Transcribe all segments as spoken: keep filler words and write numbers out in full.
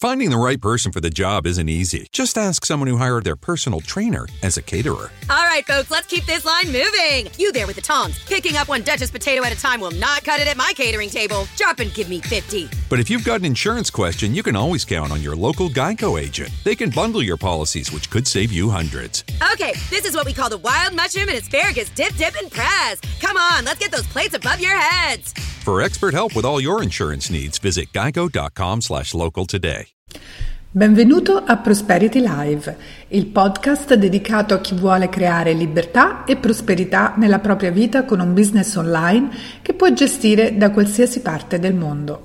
Finding the right person for the job isn't easy. Just ask someone who hired their personal trainer as a caterer. All right, folks, let's keep this line moving. You there with the tongs. Picking up one Duchess potato at a time will not cut it at my catering table. Drop and give me fifty. But if you've got an insurance question, you can always count on your local Geico agent. They can bundle your policies, which could save you hundreds. Okay, this is what we call the wild mushroom and asparagus dip, dip, and press. Come on, let's get those plates above your heads. For expert help with all your insurance needs, visit geico.com slash local today. Benvenuto a Prosperity Live, il podcast dedicato a chi vuole creare libertà e prosperità nella propria vita con un business online che puoi gestire da qualsiasi parte del mondo.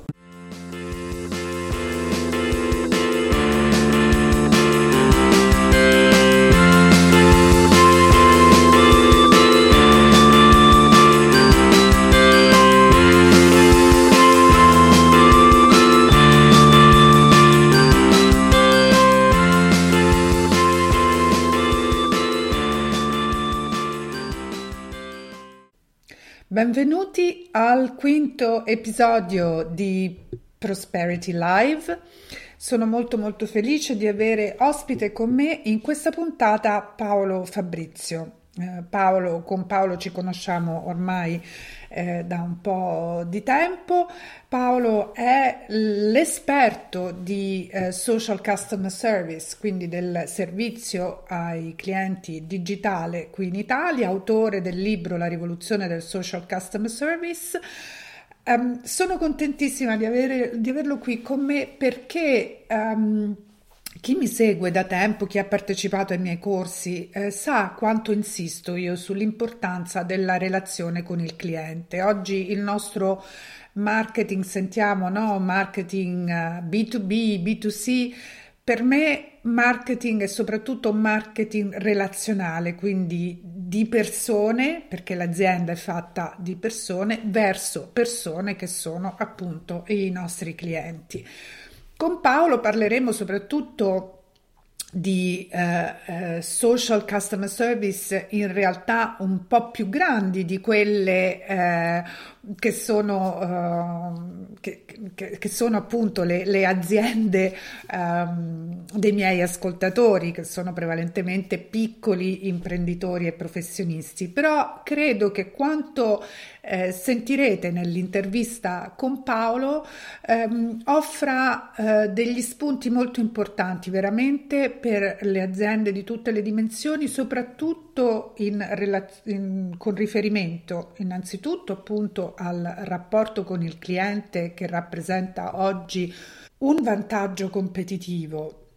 Benvenuti al quinto episodio di Prosperity Live. Sono molto molto felice di avere ospite con me in questa puntata Paolo Fabrizio. Eh, Paolo, con Paolo ci conosciamo ormai eh, da un po' di tempo. Paolo è l'esperto di eh, Social Customer Service, quindi del servizio ai clienti digitale qui in Italia, autore del libro La rivoluzione del Social Customer Service. Um, sono contentissima di, avere, di averlo qui con me perché um, chi mi segue da tempo, chi ha partecipato ai miei corsi, eh, sa quanto insisto io sull'importanza della relazione con il cliente. Oggi il nostro marketing, sentiamo, no? Marketing uh, B due B, B due C. Per me marketing è soprattutto marketing relazionale, quindi di persone, perché l'azienda è fatta di persone, verso persone che sono appunto i nostri clienti. Con Paolo parleremo soprattutto di eh, eh, social customer service in realtà un po' più grandi di quelle eh, che sono uh, che, che, che sono appunto le, le aziende um, dei miei ascoltatori, che sono prevalentemente piccoli imprenditori e professionisti. Però credo che quanto eh, sentirete nell'intervista con Paolo ehm, offra eh, degli spunti molto importanti veramente per le aziende di tutte le dimensioni, soprattutto in relaz- in, con riferimento innanzitutto appunto al rapporto con il cliente, che rappresenta oggi un vantaggio competitivo,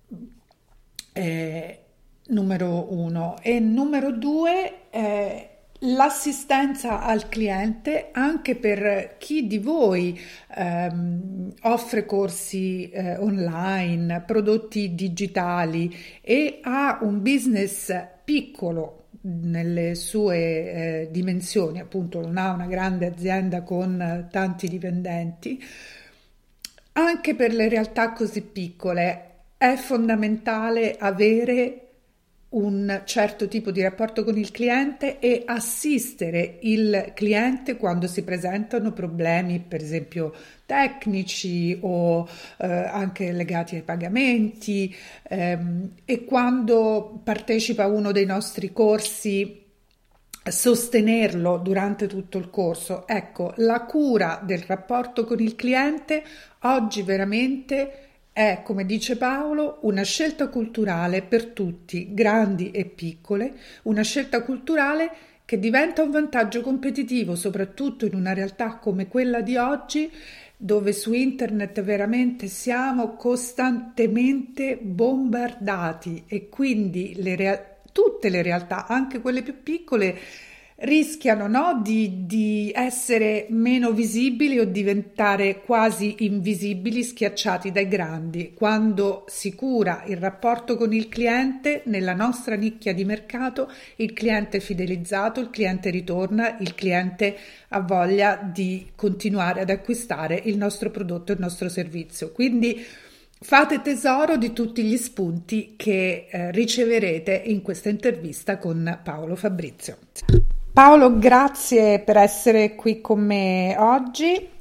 eh, numero uno, e numero due eh, l'assistenza al cliente anche per chi di voi ehm, offre corsi eh, online, prodotti digitali e ha un business piccolo nelle sue eh, dimensioni, appunto non ha una grande azienda con eh, tanti dipendenti. Anche per le realtà così piccole è fondamentale avere un certo tipo di rapporto con il cliente e assistere il cliente quando si presentano problemi, per esempio tecnici o eh, anche legati ai pagamenti, ehm, e quando partecipa a uno dei nostri corsi sostenerlo durante tutto il corso. Ecco, la cura del rapporto con il cliente oggi veramente è, come dice Paolo, una scelta culturale per tutti, grandi e piccole, una scelta culturale che diventa un vantaggio competitivo, soprattutto in una realtà come quella di oggi, dove su internet veramente siamo costantemente bombardati e quindi le rea- tutte le realtà, anche quelle più piccole, rischiano, no, di, di essere meno visibili o diventare quasi invisibili, schiacciati dai grandi. Quando si cura il rapporto con il cliente, nella nostra nicchia di mercato, il cliente è fidelizzato, il cliente ritorna, il cliente ha voglia di continuare ad acquistare il nostro prodotto, il nostro servizio. Quindi fate tesoro di tutti gli spunti che eh, riceverete in questa intervista con Paolo Fabrizio. Paolo, grazie per essere qui con me oggi.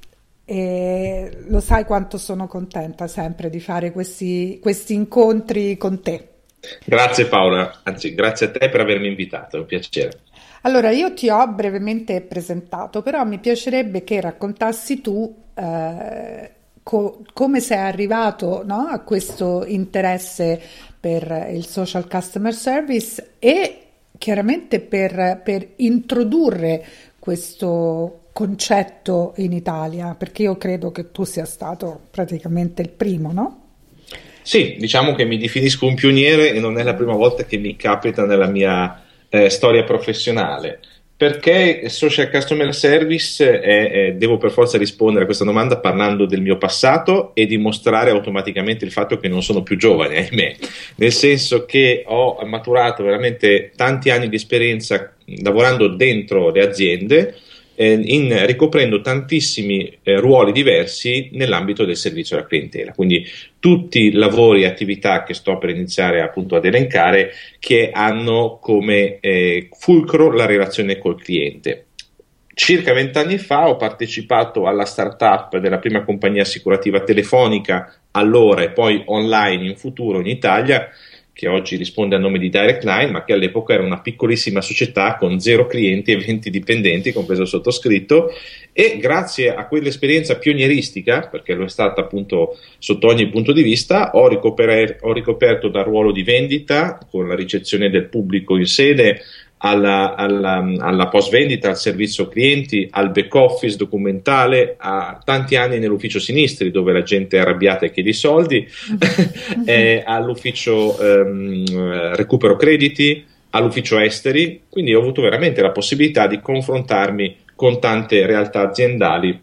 e lo sai quanto sono contenta sempre di fare questi, questi incontri con te. Grazie Paola, anzi grazie a te per avermi invitato, è un piacere. Allora, io ti ho brevemente presentato, però mi piacerebbe che raccontassi tu eh, co- come sei arrivato, no, a questo interesse per il social customer service e chiaramente per, per introdurre questo concetto in Italia, perché io credo che tu sia stato praticamente il primo, no? Sì, diciamo che mi definisco un pioniere e non è la prima volta che mi capita nella mia eh, storia professionale. Perché social customer service è, è, devo per forza rispondere a questa domanda parlando del mio passato e dimostrare automaticamente il fatto che non sono più giovane, ahimè, nel senso che ho maturato veramente tanti anni di esperienza lavorando dentro le aziende, eh, in, ricoprendo tantissimi eh, ruoli diversi nell'ambito del servizio alla clientela, quindi tutti i lavori e attività che sto per iniziare appunto ad elencare che hanno come eh, fulcro la relazione col cliente. Circa vent'anni fa ho partecipato alla startup della prima compagnia assicurativa telefonica allora e poi online in futuro in Italia, che oggi risponde a nome di Direct Line, ma che all'epoca era una piccolissima società con zero clienti e venti dipendenti, compreso il sottoscritto, e grazie a quell'esperienza pionieristica, perché lo è stata appunto sotto ogni punto di vista, ho, ricoper- ho ricoperto dal ruolo di vendita, con la ricezione del pubblico in sede, alla, alla, alla post vendita, al servizio clienti, al back office documentale, a tanti anni nell'ufficio sinistri dove la gente è arrabbiata e chiede i soldi, e all'ufficio ehm, recupero crediti, all'ufficio esteri, quindi ho avuto veramente la possibilità di confrontarmi con tante realtà aziendali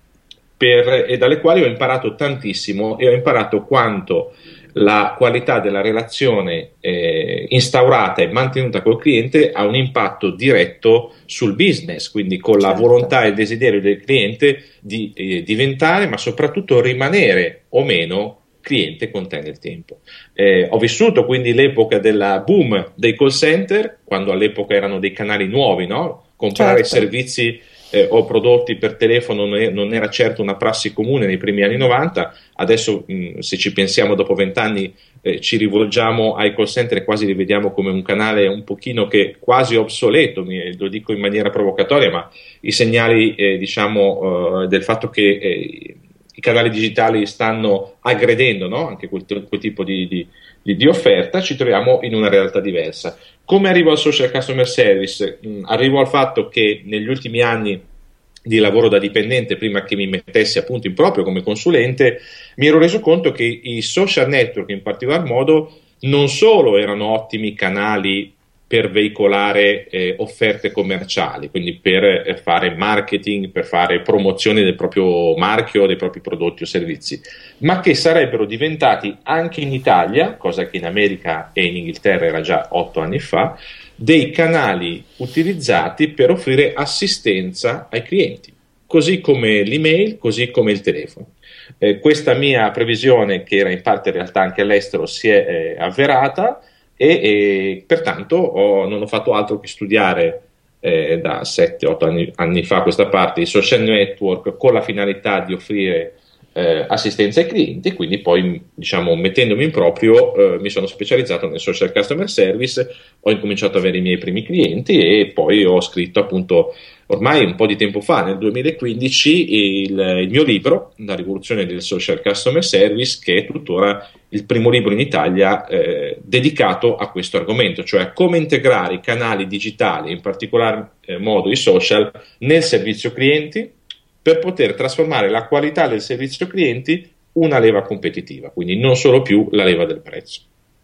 per, e dalle quali ho imparato tantissimo e ho imparato quanto la qualità della relazione eh, instaurata e mantenuta col cliente ha un impatto diretto sul business, quindi con la certo. volontà e il desiderio del cliente di eh, diventare, ma soprattutto rimanere o meno cliente con te nel tempo. Eh, ho vissuto quindi l'epoca della boom dei call center, quando all'epoca erano dei canali nuovi, no? Comprare certo. servizi Eh, o prodotti per telefono non era certo una prassi comune nei primi anni novanta. Adesso mh, se ci pensiamo dopo vent'anni eh, ci rivolgiamo ai call center e quasi li vediamo come un canale un pochino che quasi obsoleto, mi, lo dico in maniera provocatoria, ma i segnali eh, diciamo eh, del fatto che eh, i canali digitali stanno aggredendo, no? Anche quel, quel tipo di, di, di, di offerta, ci troviamo in una realtà diversa. Come arrivo al social customer service? Mm, arrivo al fatto che negli ultimi anni di lavoro da dipendente, prima che mi mettessi appunto in proprio come consulente, mi ero reso conto che i social network in particolar modo non solo erano ottimi canali per veicolare eh, offerte commerciali, quindi per eh, fare marketing, per fare promozione del proprio marchio, dei propri prodotti o servizi, ma che sarebbero diventati anche in Italia, cosa che in America e in Inghilterra era già otto anni fa, dei canali utilizzati per offrire assistenza ai clienti, così come l'email, così come il telefono. Eh, questa mia previsione, che era in parte in realtà anche all'estero, si è eh, avverata, e, e pertanto ho, non ho fatto altro che studiare eh, da sette otto anni, anni fa questa parte di social network con la finalità di offrire eh, assistenza ai clienti, quindi poi diciamo mettendomi in proprio eh, mi sono specializzato nel social customer service, ho incominciato ad avere i miei primi clienti e poi ho scritto appunto ormai un po' di tempo fa, nel duemilaquindici, il, il mio libro, La rivoluzione del social customer service, che è tuttora il primo libro in Italia eh, dedicato a questo argomento, cioè come integrare i canali digitali, in particolar eh, modo i social, nel servizio clienti per poter trasformare la qualità del servizio clienti una leva competitiva, quindi non solo più la leva del prezzo.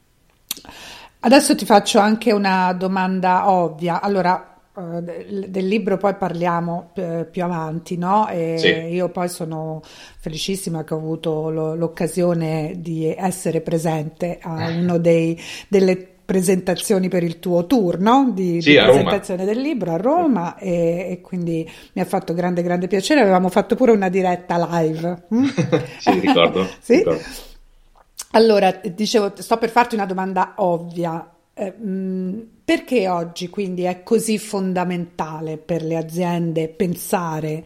Adesso ti faccio anche una domanda ovvia. Allora, del libro poi parliamo più avanti, no? E sì. Io poi sono felicissima che ho avuto lo, l'occasione di essere presente a uno dei delle presentazioni per il tuo tour, no? Di, sì, di a presentazione Roma. del libro a Roma e, e quindi mi ha fatto grande grande piacere. Avevamo fatto pure una diretta live. Sì, ricordo, sì? ricordo. Allora, dicevo, sto per farti una domanda ovvia. Eh, mh, perché oggi quindi è così fondamentale per le aziende pensare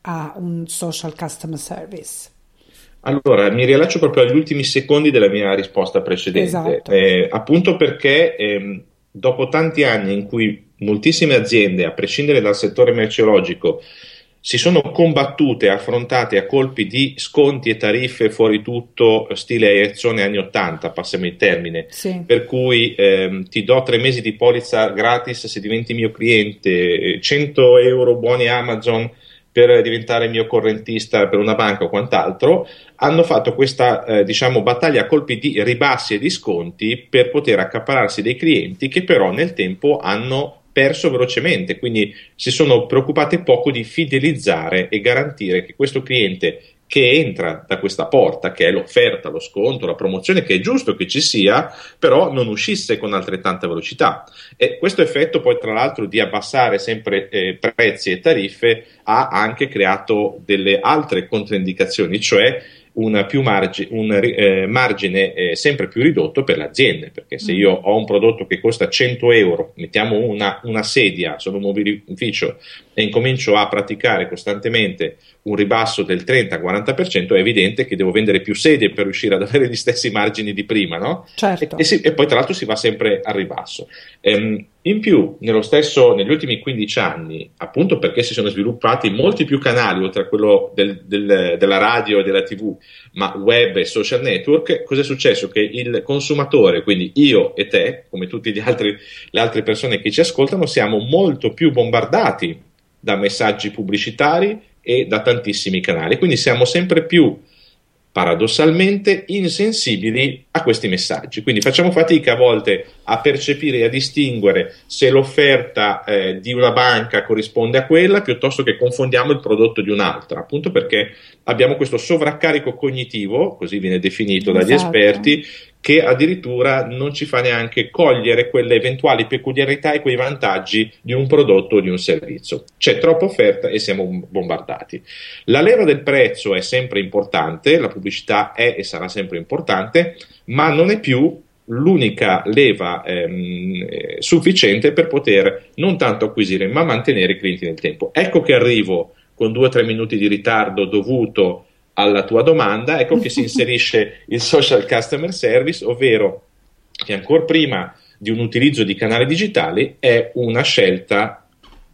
a un social customer service? Allora, mi riallaccio proprio agli ultimi secondi della mia risposta precedente, esatto. eh, appunto perché ehm, dopo tanti anni in cui moltissime aziende, a prescindere dal settore merceologico, si sono combattute, affrontate a colpi di sconti e tariffe fuori tutto, stile Aerzone anni ottanta, passami il termine, sì. Per cui ehm, ti do tre mesi di polizza gratis se diventi mio cliente, cento euro buoni Amazon per diventare mio correntista per una banca o quant'altro, hanno fatto questa eh, diciamo battaglia a colpi di ribassi e di sconti per poter accaparrarsi dei clienti che però nel tempo hanno perso velocemente, quindi si sono preoccupate poco di fidelizzare e garantire che questo cliente che entra da questa porta, che è l'offerta, lo sconto, la promozione, che è giusto che ci sia, però non uscisse con altrettanta velocità. E questo effetto poi tra l'altro di abbassare sempre eh, prezzi e tariffe ha anche creato delle altre controindicazioni, cioè una più margi- un eh, margine eh, sempre più ridotto per le aziende, perché se io ho un prodotto che costa cento euro, mettiamo una, una sedia, sono un mobilificio e incomincio a praticare costantemente un ribasso del trenta quaranta per cento, è evidente che devo vendere più sedie per riuscire ad avere gli stessi margini di prima, no? Certo. E, e, si, e poi tra l'altro si va sempre al ribasso. Ehm, in più, nello stesso, negli ultimi quindici anni, appunto perché si sono sviluppati molti più canali, oltre a quello del, del, della radio e della tivù, ma web e social network, cosa è successo? Che il consumatore, quindi io e te, come tutte le altre persone che ci ascoltano, siamo molto più bombardati da messaggi pubblicitari e da tantissimi canali, quindi siamo sempre più paradossalmente insensibili a questi messaggi, quindi facciamo fatica a volte a percepire e a distinguere se l'offerta eh, di una banca corrisponde a quella, piuttosto che confondiamo il prodotto di un'altra, appunto perché abbiamo questo sovraccarico cognitivo, così viene definito dagli esatto. esperti, che addirittura non ci fa neanche cogliere quelle eventuali peculiarità e quei vantaggi di un prodotto o di un servizio. C'è troppa offerta e siamo bombardati. La leva del prezzo è sempre importante, la pubblicità è e sarà sempre importante, ma non è più l'unica leva ehm, sufficiente per poter non tanto acquisire ma mantenere i clienti nel tempo. Ecco che arrivo con due o tre minuti di ritardo dovuto alla tua domanda, ecco che si inserisce il social customer service, ovvero che ancora prima di un utilizzo di canali digitali è una scelta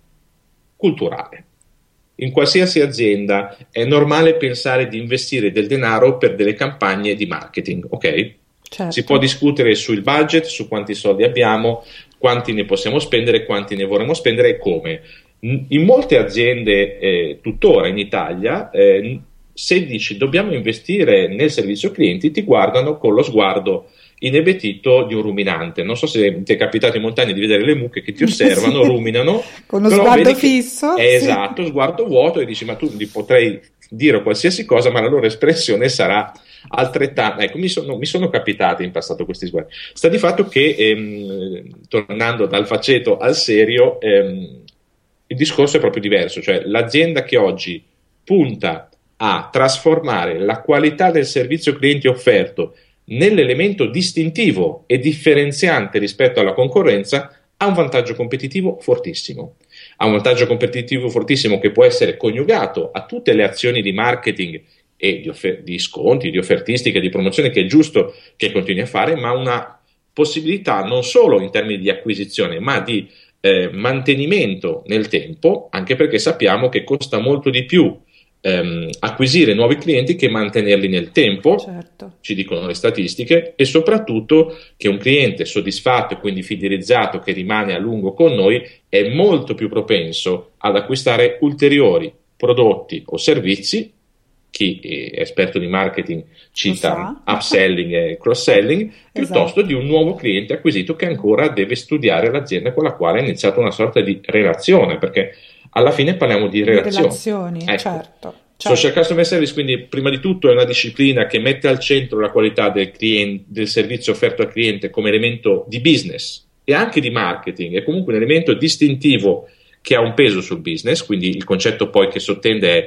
culturale. In qualsiasi azienda è normale pensare di investire del denaro per delle campagne di marketing, ok? Certo. Si può discutere sul budget, su quanti soldi abbiamo, quanti ne possiamo spendere, quanti ne vorremmo spendere e come. In molte aziende eh, tuttora in Italia eh, se dici dobbiamo investire nel servizio clienti, ti guardano con lo sguardo inebetito di un ruminante. Non so se ti è capitato in montagna di vedere le mucche che ti osservano, sì. ruminano con lo sguardo fisso, è sì. Esatto, sguardo vuoto, e dici ma tu gli potrei dire qualsiasi cosa, ma la loro espressione sarà altrettanto. Ecco, mi sono, mi sono capitati in passato questi sguardi. Sta di fatto che ehm, tornando dal faceto al serio, ehm, il discorso è proprio diverso, cioè l'azienda che oggi punta a trasformare la qualità del servizio clienti offerto nell'elemento distintivo e differenziante rispetto alla concorrenza ha un vantaggio competitivo fortissimo. Ha un vantaggio competitivo fortissimo che può essere coniugato a tutte le azioni di marketing e di, offer- di sconti, di offertistica, di promozione che è giusto che continui a fare, ma una possibilità non solo in termini di acquisizione, ma di eh, mantenimento nel tempo, anche perché sappiamo che costa molto di più Ehm, acquisire nuovi clienti che mantenerli nel tempo, certo. Ci dicono le statistiche, e soprattutto che un cliente soddisfatto e quindi fidelizzato che rimane a lungo con noi è molto più propenso ad acquistare ulteriori prodotti o servizi. Chi è esperto di marketing cita upselling e cross-selling, esatto. Piuttosto di un nuovo cliente acquisito che ancora deve studiare l'azienda con la quale ha iniziato una sorta di relazione, perché alla fine parliamo di relazioni. Di relazioni, ecco. certo, certo. Social Customer Service, quindi prima di tutto è una disciplina che mette al centro la qualità del, cliente, del servizio offerto al cliente come elemento di business e anche di marketing, è comunque un elemento distintivo che ha un peso sul business, quindi il concetto poi che sottende è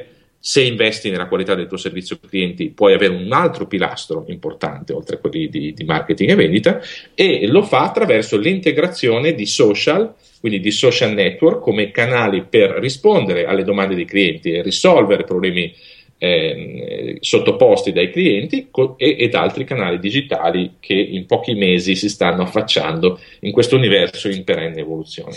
Se investi nella qualità del tuo servizio clienti puoi avere un altro pilastro importante oltre a quelli di, di marketing e vendita, e lo fa attraverso l'integrazione di social, quindi di social network come canali per rispondere alle domande dei clienti e risolvere problemi eh, sottoposti dai clienti co- e, ed altri canali digitali che in pochi mesi si stanno affacciando in questo universo in perenne evoluzione.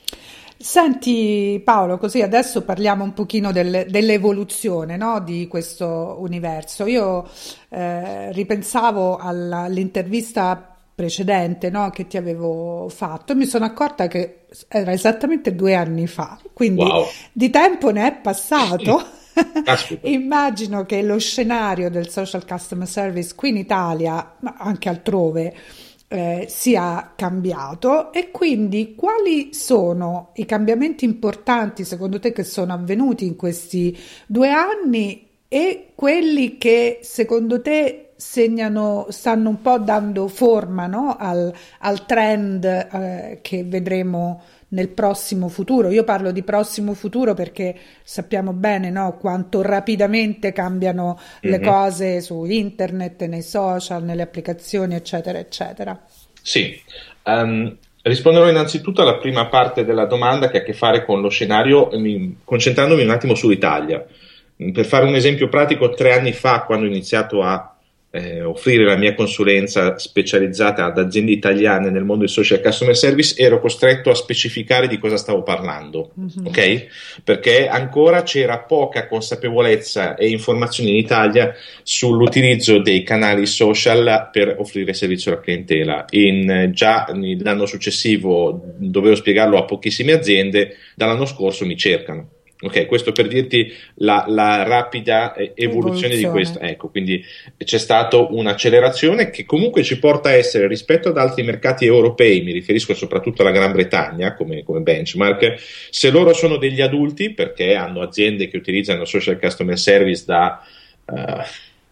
Senti Paolo, così adesso parliamo un pochino del- dell'evoluzione, no, di questo universo. Io eh, ripensavo alla- all'intervista precedente, no, che ti avevo fatto e mi sono accorta che era esattamente due anni fa, quindi Wow. di tempo ne è passato. Caspita. Immagino che lo scenario del social customer service qui in Italia, ma anche altrove, eh, sia cambiato, e quindi quali sono i cambiamenti importanti secondo te che sono avvenuti in questi due anni e quelli che secondo te segnano, stanno un po' dando forma, no, al, al trend eh, che vedremo nel prossimo futuro? Io parlo di prossimo futuro perché sappiamo bene, no, quanto rapidamente cambiano le Mhm. cose su internet, nei social, nelle applicazioni, eccetera, eccetera. Sì, Ehm, risponderò innanzitutto alla prima parte della domanda che ha a che fare con lo scenario, eh, mi- concentrandomi un attimo sull'Italia. Mm, Per fare un esempio pratico, tre anni fa, quando ho iniziato a eh, offrire la mia consulenza specializzata ad aziende italiane nel mondo del social customer service, ero costretto a specificare di cosa stavo parlando, Mhm. ok? Perché ancora c'era poca consapevolezza e informazioni in Italia sull'utilizzo dei canali social per offrire servizio alla clientela. In, eh, già l'anno successivo dovevo spiegarlo a pochissime aziende, dall'anno scorso mi cercano. Ok, questo per dirti la, la rapida eh, evoluzione di Evoluzione. questo. Ecco, quindi c'è stata un'accelerazione che comunque ci porta a essere, rispetto ad altri mercati europei, mi riferisco soprattutto alla Gran Bretagna come, come benchmark, se loro sono degli adulti, perché hanno aziende che utilizzano social customer service da eh,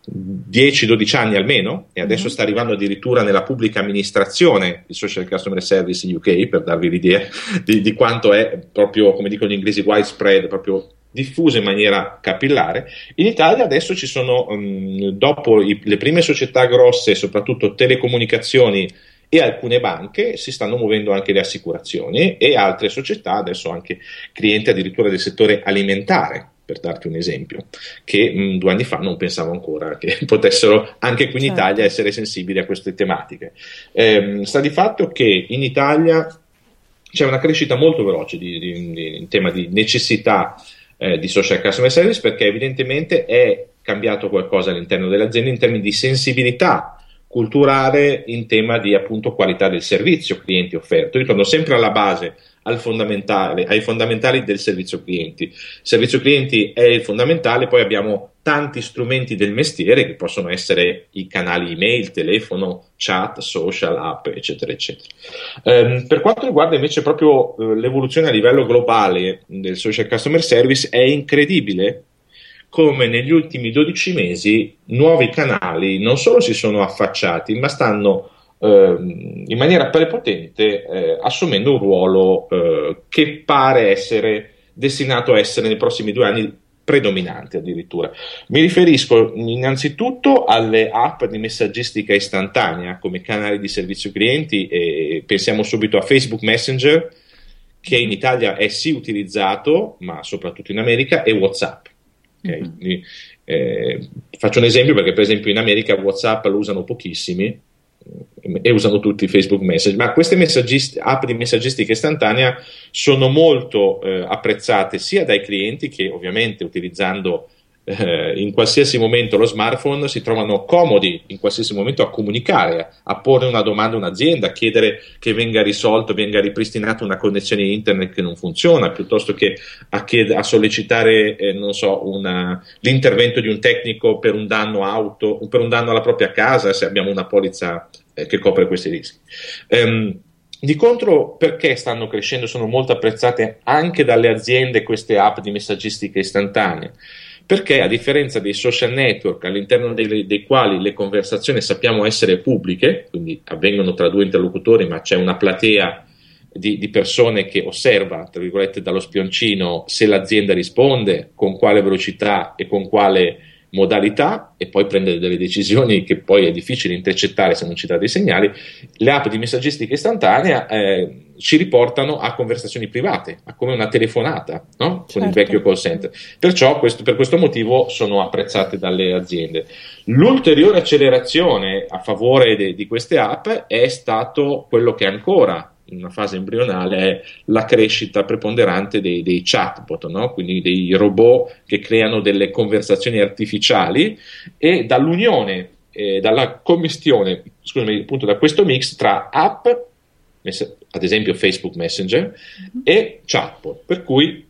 dieci dodici anni almeno, e adesso Mhm. sta arrivando addirittura nella pubblica amministrazione il social customer service in U K, per darvi l'idea di, di quanto è proprio, come dicono gli inglesi, widespread, proprio diffuso in maniera capillare. In Italia adesso ci sono, um, dopo i- le prime società grosse, soprattutto telecomunicazioni e alcune banche, si stanno muovendo anche le assicurazioni e altre società, adesso anche clienti addirittura del settore alimentare, per darti un esempio, che mh, due anni fa non pensavo ancora che potessero anche qui in Certo. Italia essere sensibili a queste tematiche. Ehm, sta di fatto che in Italia c'è una crescita molto veloce di, di- di- in tema di necessità eh, di social customer service, perché evidentemente è cambiato qualcosa all'interno delle aziende in termini di sensibilità culturale in tema di appunto qualità del servizio clienti offerto. Io torno sempre alla base, al fondamentale, ai fondamentali del servizio clienti. Il servizio clienti è il fondamentale, poi abbiamo tanti strumenti del mestiere che possono essere i canali email, telefono, chat, social, app, eccetera, eccetera. Ehm, per quanto riguarda invece proprio eh, l'evoluzione a livello globale del social customer service, è incredibile come negli ultimi dodici mesi nuovi canali non solo si sono affacciati, ma stanno ehm, in maniera prepotente eh, assumendo un ruolo eh, che pare essere destinato a essere nei prossimi due anni predominante addirittura. Mi riferisco innanzitutto alle app di messaggistica istantanea come canali di servizio clienti, e pensiamo subito a Facebook Messenger, che in Italia è sì utilizzato, ma soprattutto in America, e WhatsApp. Okay? Mhm. Quindi, eh, faccio un esempio perché per esempio in America WhatsApp lo usano pochissimi eh, e usano tutti Facebook Message, ma queste messaggist- app di messaggistica istantanea sono molto eh, apprezzate sia dai clienti, che ovviamente utilizzando eh, in qualsiasi momento lo smartphone si trovano comodi in qualsiasi momento a comunicare, a porre una domanda a un'azienda, a chiedere che venga risolto, venga ripristinata una connessione internet che non funziona, piuttosto che a, chied- a sollecitare eh, non so, una, l'intervento di un tecnico per un danno auto, per un danno alla propria casa, se abbiamo una polizza eh, che copre questi rischi. Ehm, Di contro, perché stanno crescendo, sono molto apprezzate anche dalle aziende queste app di messaggistica istantanea? Perché a differenza dei social network all'interno dei, dei quali le conversazioni sappiamo essere pubbliche, quindi avvengono tra due interlocutori, ma c'è una platea di, di persone che osserva, tra virgolette, dallo spioncino se l'azienda risponde, con quale velocità e con quale modalità, e poi prendere delle decisioni che poi è difficile intercettare se non ci dà dei segnali. Le app di messaggistica istantanea eh, ci riportano a conversazioni private, a come una telefonata, no? Con certo. il vecchio call center. Perciò questo, per questo motivo sono apprezzate dalle aziende. L'ulteriore accelerazione a favore de, di queste app è stato quello che ancora in una fase embrionale è la crescita preponderante dei, dei chatbot, no? Quindi dei robot che creano delle conversazioni artificiali, e dall'unione, eh, dalla commistione, scusami, appunto da questo mix tra app, ad esempio Facebook Messenger, mm-hmm. e chatbot, per cui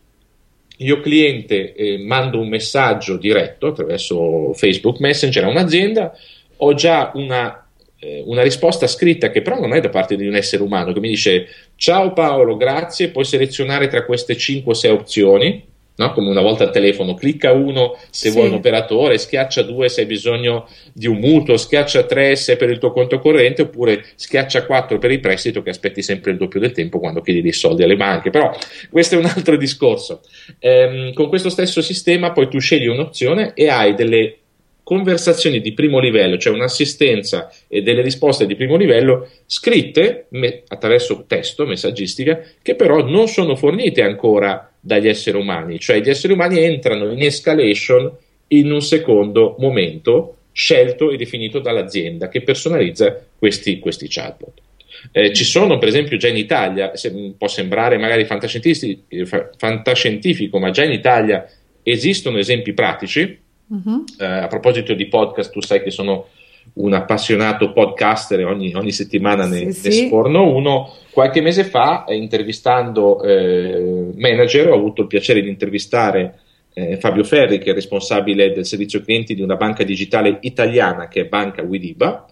io cliente eh, mando un messaggio diretto attraverso Facebook Messenger a un'azienda, ho già una una risposta scritta che però non è da parte di un essere umano, che mi dice: ciao Paolo, grazie, puoi selezionare tra queste cinque o sei opzioni, no? Come una volta al telefono, clicca uno se sì. vuoi un operatore, schiaccia due se hai bisogno di un mutuo, schiaccia tre se è per il tuo conto corrente, oppure schiaccia quattro per il prestito, che aspetti sempre il doppio del tempo quando chiedi dei soldi alle banche. Però questo è un altro discorso. Ehm, con questo stesso sistema poi tu scegli un'opzione e hai delle conversazioni di primo livello, cioè un'assistenza e delle risposte di primo livello scritte me- attraverso testo, messaggistica, che però non sono fornite ancora dagli esseri umani, cioè gli esseri umani entrano in escalation in un secondo momento scelto e definito dall'azienda che personalizza questi, questi chatbot. Eh, ci sono per esempio già in Italia, se, può sembrare magari fantascientifico, fantascientifico, ma già in Italia esistono esempi pratici. Uh-huh. Eh, a proposito di podcast, tu sai che sono un appassionato podcaster e ogni, ogni settimana ne, sì, ne sì. sforno uno. Qualche mese fa, eh, intervistando eh, manager, ho avuto il piacere di intervistare eh, Fabio Ferri, che è responsabile del servizio clienti di una banca digitale italiana che è Banca Widiba.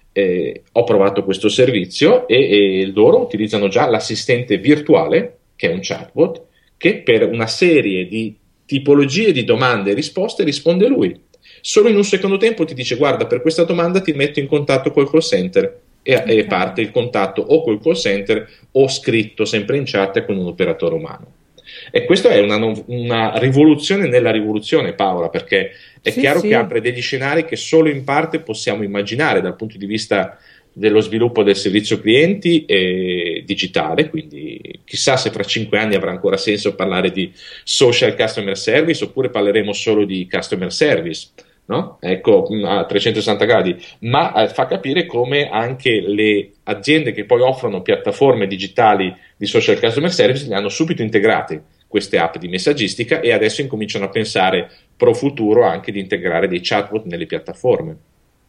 Eh, ho provato questo servizio e, e loro utilizzano già l'assistente virtuale, che è un chatbot, che per una serie di tipologie di domande e risposte risponde lui. Solo in un secondo tempo ti dice: guarda, per questa domanda ti metto in contatto col call center, e, okay. e parte il contatto o col call center o scritto sempre in chat con un operatore umano. E questa è una, una rivoluzione nella rivoluzione, Paola, perché è sì, chiaro sì. che apre degli scenari che solo in parte possiamo immaginare dal punto di vista dello sviluppo del servizio clienti e digitale, quindi chissà se fra cinque anni avrà ancora senso parlare di social customer service oppure parleremo solo di customer service, no? Ecco, a trecentosessanta gradi, ma eh, fa capire come anche le aziende che poi offrono piattaforme digitali di social customer service le hanno subito integrate queste app di messaggistica, e adesso incominciano a pensare pro futuro anche di integrare dei chatbot nelle piattaforme.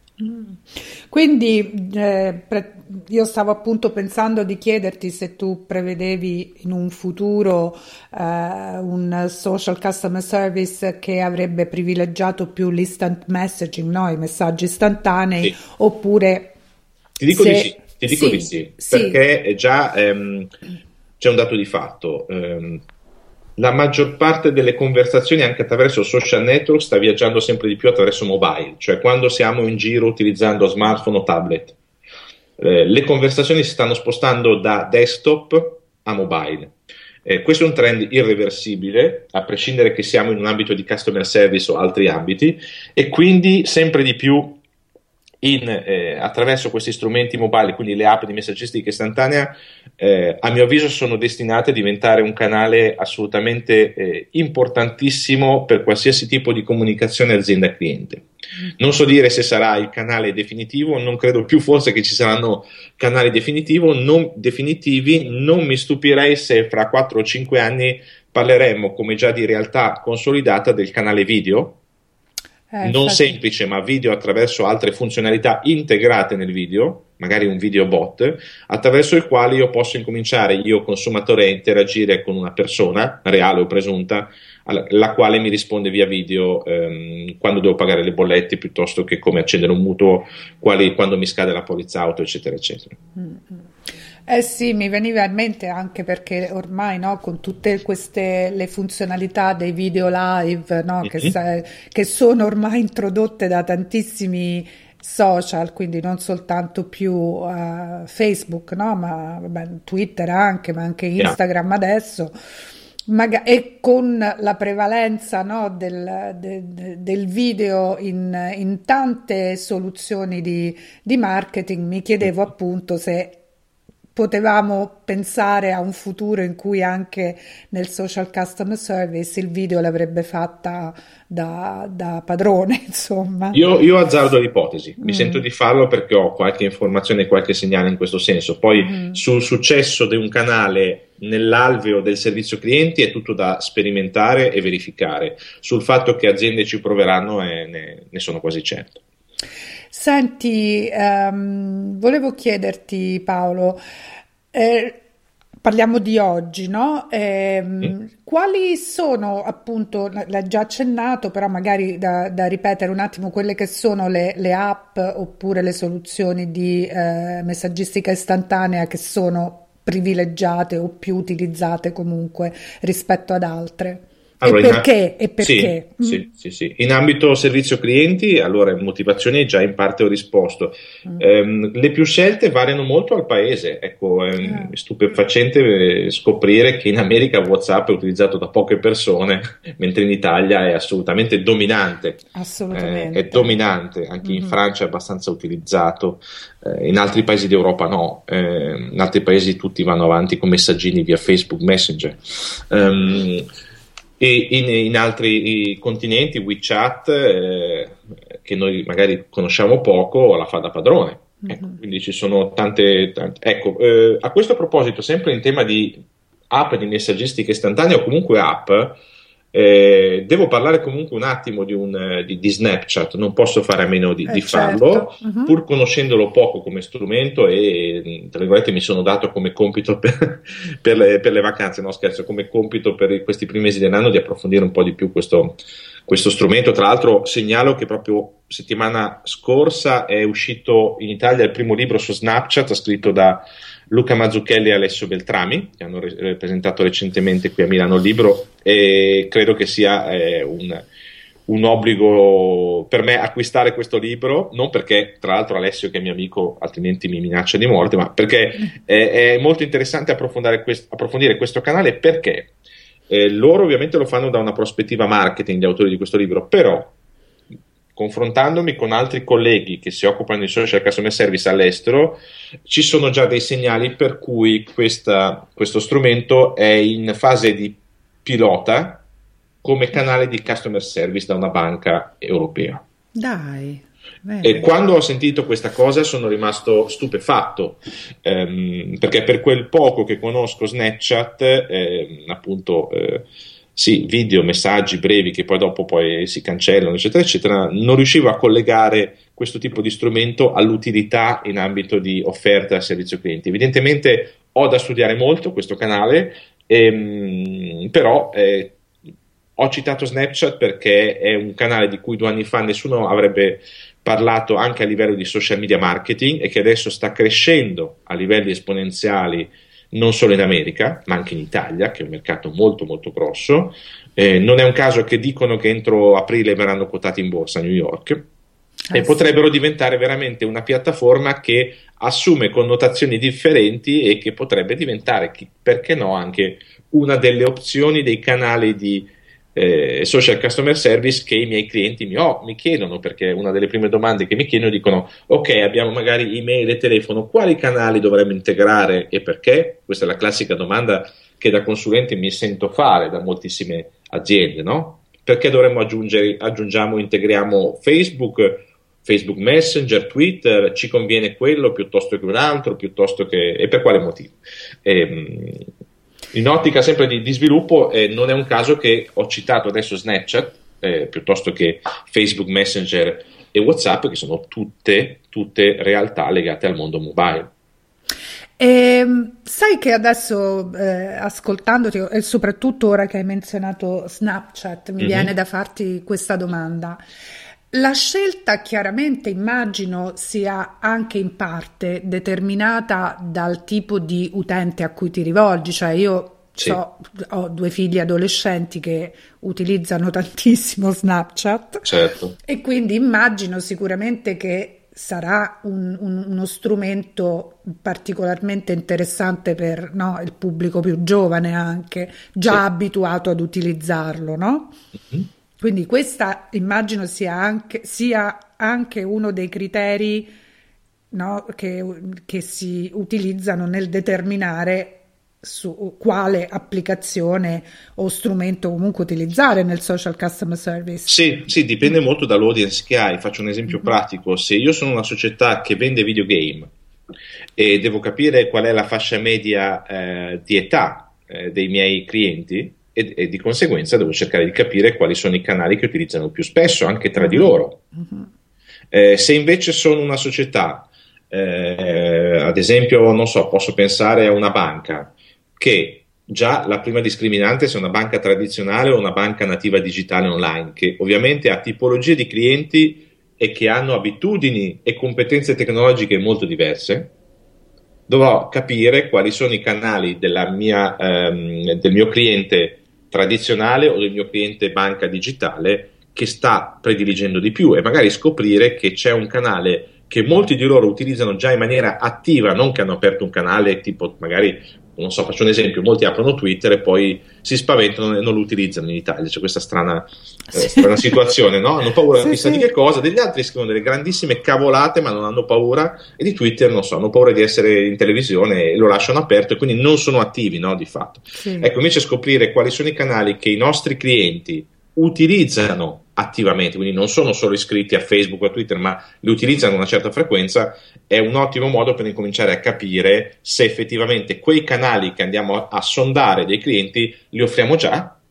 Quindi eh, pre- io stavo appunto pensando di chiederti se tu prevedevi in un futuro eh, un social customer service che avrebbe privilegiato più l'instant messaging, no? I messaggi istantanei, sì. oppure ti dico se... di sì, ti dico sì, di sì, sì. perché è già ehm, c'è un dato di fatto. ehm, La maggior parte delle conversazioni anche attraverso social network sta viaggiando sempre di più attraverso mobile, cioè quando siamo in giro utilizzando smartphone o tablet. Eh, le conversazioni si stanno spostando da desktop a mobile. Eh, questo è un trend irreversibile, a prescindere che siamo in un ambito di customer service o altri ambiti, e quindi sempre di più in, eh, attraverso questi strumenti mobile, quindi le app di messaggistica istantanea, eh, a mio avviso sono destinate a diventare un canale assolutamente eh, importantissimo per qualsiasi tipo di comunicazione azienda-cliente. Non so dire se sarà il canale definitivo, non credo più forse che ci saranno canali definitivo, non, definitivi, non mi stupirei se fra quattro o cinque anni parleremo, come già di realtà consolidata, del canale video. Eh, non infatti. semplice, ma video attraverso altre funzionalità integrate nel video, magari un video bot, attraverso il quale io posso incominciare, io consumatore, a interagire con una persona, reale o presunta, la quale mi risponde via video ehm, quando devo pagare le bollette, piuttosto che come accendere un mutuo, quali, quando mi scade la polizza auto, eccetera, eccetera. Mm-hmm. Eh sì, mi veniva in mente anche perché ormai, no, con tutte queste le funzionalità dei video live, no, mm-hmm. che, sa, che sono ormai introdotte da tantissimi social, quindi non soltanto più uh, Facebook, no? Ma vabbè, Twitter anche, ma anche Instagram yeah. adesso. Maga- e con la prevalenza, no, del, de, del video in, in tante soluzioni di, di marketing, mi chiedevo appunto se potevamo pensare a un futuro in cui anche nel social customer service il video l'avrebbe fatta da, da padrone, insomma. Io, io azzardo l'ipotesi, mi mm. sento di farlo perché ho qualche informazione e qualche segnale in questo senso. Poi mm. sul successo di un canale nell'alveo del servizio clienti è tutto da sperimentare e verificare. Sul fatto che aziende ci proveranno eh, ne, ne sono quasi certo. Senti, um, volevo chiederti, Paolo, eh, parliamo di oggi, no? Eh, mm. Quali sono, appunto, l'hai già accennato, però magari da, da ripetere un attimo, quelle che sono le, le app oppure le soluzioni di eh, messaggistica istantanea che sono privilegiate o più utilizzate comunque rispetto ad altre? Allora, e perché? E perché? Sì, mm. sì, sì, sì. In ambito servizio clienti, allora motivazioni già in parte ho risposto. Mm. Ehm, le più scelte variano molto al paese. Ecco, è yeah. stupefacente scoprire che in America WhatsApp è utilizzato da poche persone, mentre in Italia è assolutamente dominante. Assolutamente. Eh, è dominante, anche mm-hmm. in Francia è abbastanza utilizzato, eh, in altri paesi d'Europa no, eh, in altri paesi tutti vanno avanti con messaggini via Facebook Messenger. Um, E in, in altri continenti WeChat, eh, che noi magari conosciamo poco, la fa da padrone. Ecco, mm-hmm. Quindi ci sono tante, tante. Ecco, eh, a questo proposito, sempre in tema di app di messaggistica istantanea o comunque app, eh, devo parlare comunque un attimo di, un, di, di Snapchat, non posso fare a meno di, eh, di farlo, certo. uh-huh. pur conoscendolo poco come strumento e tra virgolette mi sono dato come compito per, per, le, per le vacanze, no scherzo, come compito per questi primi mesi dell'anno di approfondire un po' di più questo, questo strumento. Tra l'altro segnalo che proprio settimana scorsa è uscito in Italia il primo libro su Snapchat scritto da Luca Mazzucchelli e Alessio Beltrami, che hanno re- presentato recentemente qui a Milano il libro, e credo che sia eh, un, un obbligo per me acquistare questo libro, non perché tra l'altro Alessio che è mio amico altrimenti mi minaccia di morte, ma perché è, è molto interessante approfondire, quest- approfondire questo canale, perché eh, loro ovviamente lo fanno da una prospettiva marketing, gli autori di questo libro, però confrontandomi con altri colleghi che si occupano di social customer service all'estero, ci sono già dei segnali per cui questa, questo strumento è in fase di pilota come canale di customer service da una banca europea. Dai. Bene. E quando ho sentito questa cosa sono rimasto stupefatto, ehm, perché per quel poco che conosco Snapchat, eh, appunto... Eh, sì, video, messaggi brevi che poi dopo poi si cancellano, eccetera, eccetera, non riuscivo a collegare questo tipo di strumento all'utilità in ambito di offerta a servizio clienti. Evidentemente ho da studiare molto questo canale, ehm, però eh, ho citato Snapchat perché è un canale di cui due anni fa nessuno avrebbe parlato anche a livello di social media marketing e che adesso sta crescendo a livelli esponenziali non solo in America, ma anche in Italia, che è un mercato molto molto grosso. Eh, non è un caso che dicono che entro aprile verranno quotati in borsa a New York ah, e sì. potrebbero diventare veramente una piattaforma che assume connotazioni differenti e che potrebbe diventare, perché no, anche una delle opzioni dei canali di eh, social customer service che i miei clienti mi, oh, mi chiedono, perché una delle prime domande che mi chiedono dicono ok, abbiamo magari email e telefono, quali canali dovremmo integrare e perché? Questa è la classica domanda che da consulente mi sento fare da moltissime aziende, no? Perché dovremmo aggiungere, aggiungiamo, integriamo Facebook, Facebook Messenger, Twitter, ci conviene quello piuttosto che un altro, piuttosto che, e per quale motivo? Ehm, in ottica sempre di, di sviluppo, eh, non è un caso che ho citato adesso Snapchat eh, piuttosto che Facebook Messenger e WhatsApp, che sono tutte, tutte realtà legate al mondo mobile. E, sai che adesso eh, ascoltandoti e soprattutto ora che hai menzionato Snapchat mi mm-hmm. viene da farti questa domanda. La scelta chiaramente immagino sia anche in parte determinata dal tipo di utente a cui ti rivolgi, cioè io sì. so, ho due figli adolescenti che utilizzano tantissimo Snapchat, certo. e quindi immagino sicuramente che sarà un, un, uno strumento particolarmente interessante per, no, il pubblico più giovane, anche già sì. abituato ad utilizzarlo, no? Mm-hmm. Quindi questa immagino sia anche, sia anche uno dei criteri, no, che, che si utilizzano nel determinare su quale applicazione o strumento comunque utilizzare nel social customer service. Sì, sì, dipende molto dall'audience che hai. Faccio un esempio mm-hmm. pratico: se io sono una società che vende videogame e devo capire qual è la fascia media eh, di età eh, dei miei clienti, e, e di conseguenza devo cercare di capire quali sono i canali che utilizzano più spesso anche tra mm-hmm. di loro. Mm-hmm. Eh, se invece sono una società, eh, ad esempio, non so, posso pensare a una banca che già la prima discriminante se è una banca tradizionale o una banca nativa digitale online, che ovviamente ha tipologie di clienti e che hanno abitudini e competenze tecnologiche molto diverse, dovrò capire quali sono i canali della mia, ehm, del mio cliente tradizionale o del mio cliente banca digitale che sta prediligendo di più, e magari scoprire che c'è un canale che molti di loro utilizzano già in maniera attiva, non che hanno aperto un canale tipo, magari, non so, faccio un esempio, molti aprono Twitter e poi si spaventano e non lo utilizzano in Italia. C'è questa strana, eh, strana situazione, no? Hanno paura sì, chissà sì. di che cosa, degli altri scrivono delle grandissime cavolate ma non hanno paura, e di Twitter, non so, hanno paura di essere in televisione e lo lasciano aperto e quindi non sono attivi, no, di fatto. Sì. Ecco, invece scoprire quali sono i canali che i nostri clienti utilizzano attivamente, quindi non sono solo iscritti a Facebook o a Twitter, ma li utilizzano a una certa frequenza, è un ottimo modo per incominciare a capire se effettivamente quei canali che andiamo a, a sondare dei clienti li offriamo già,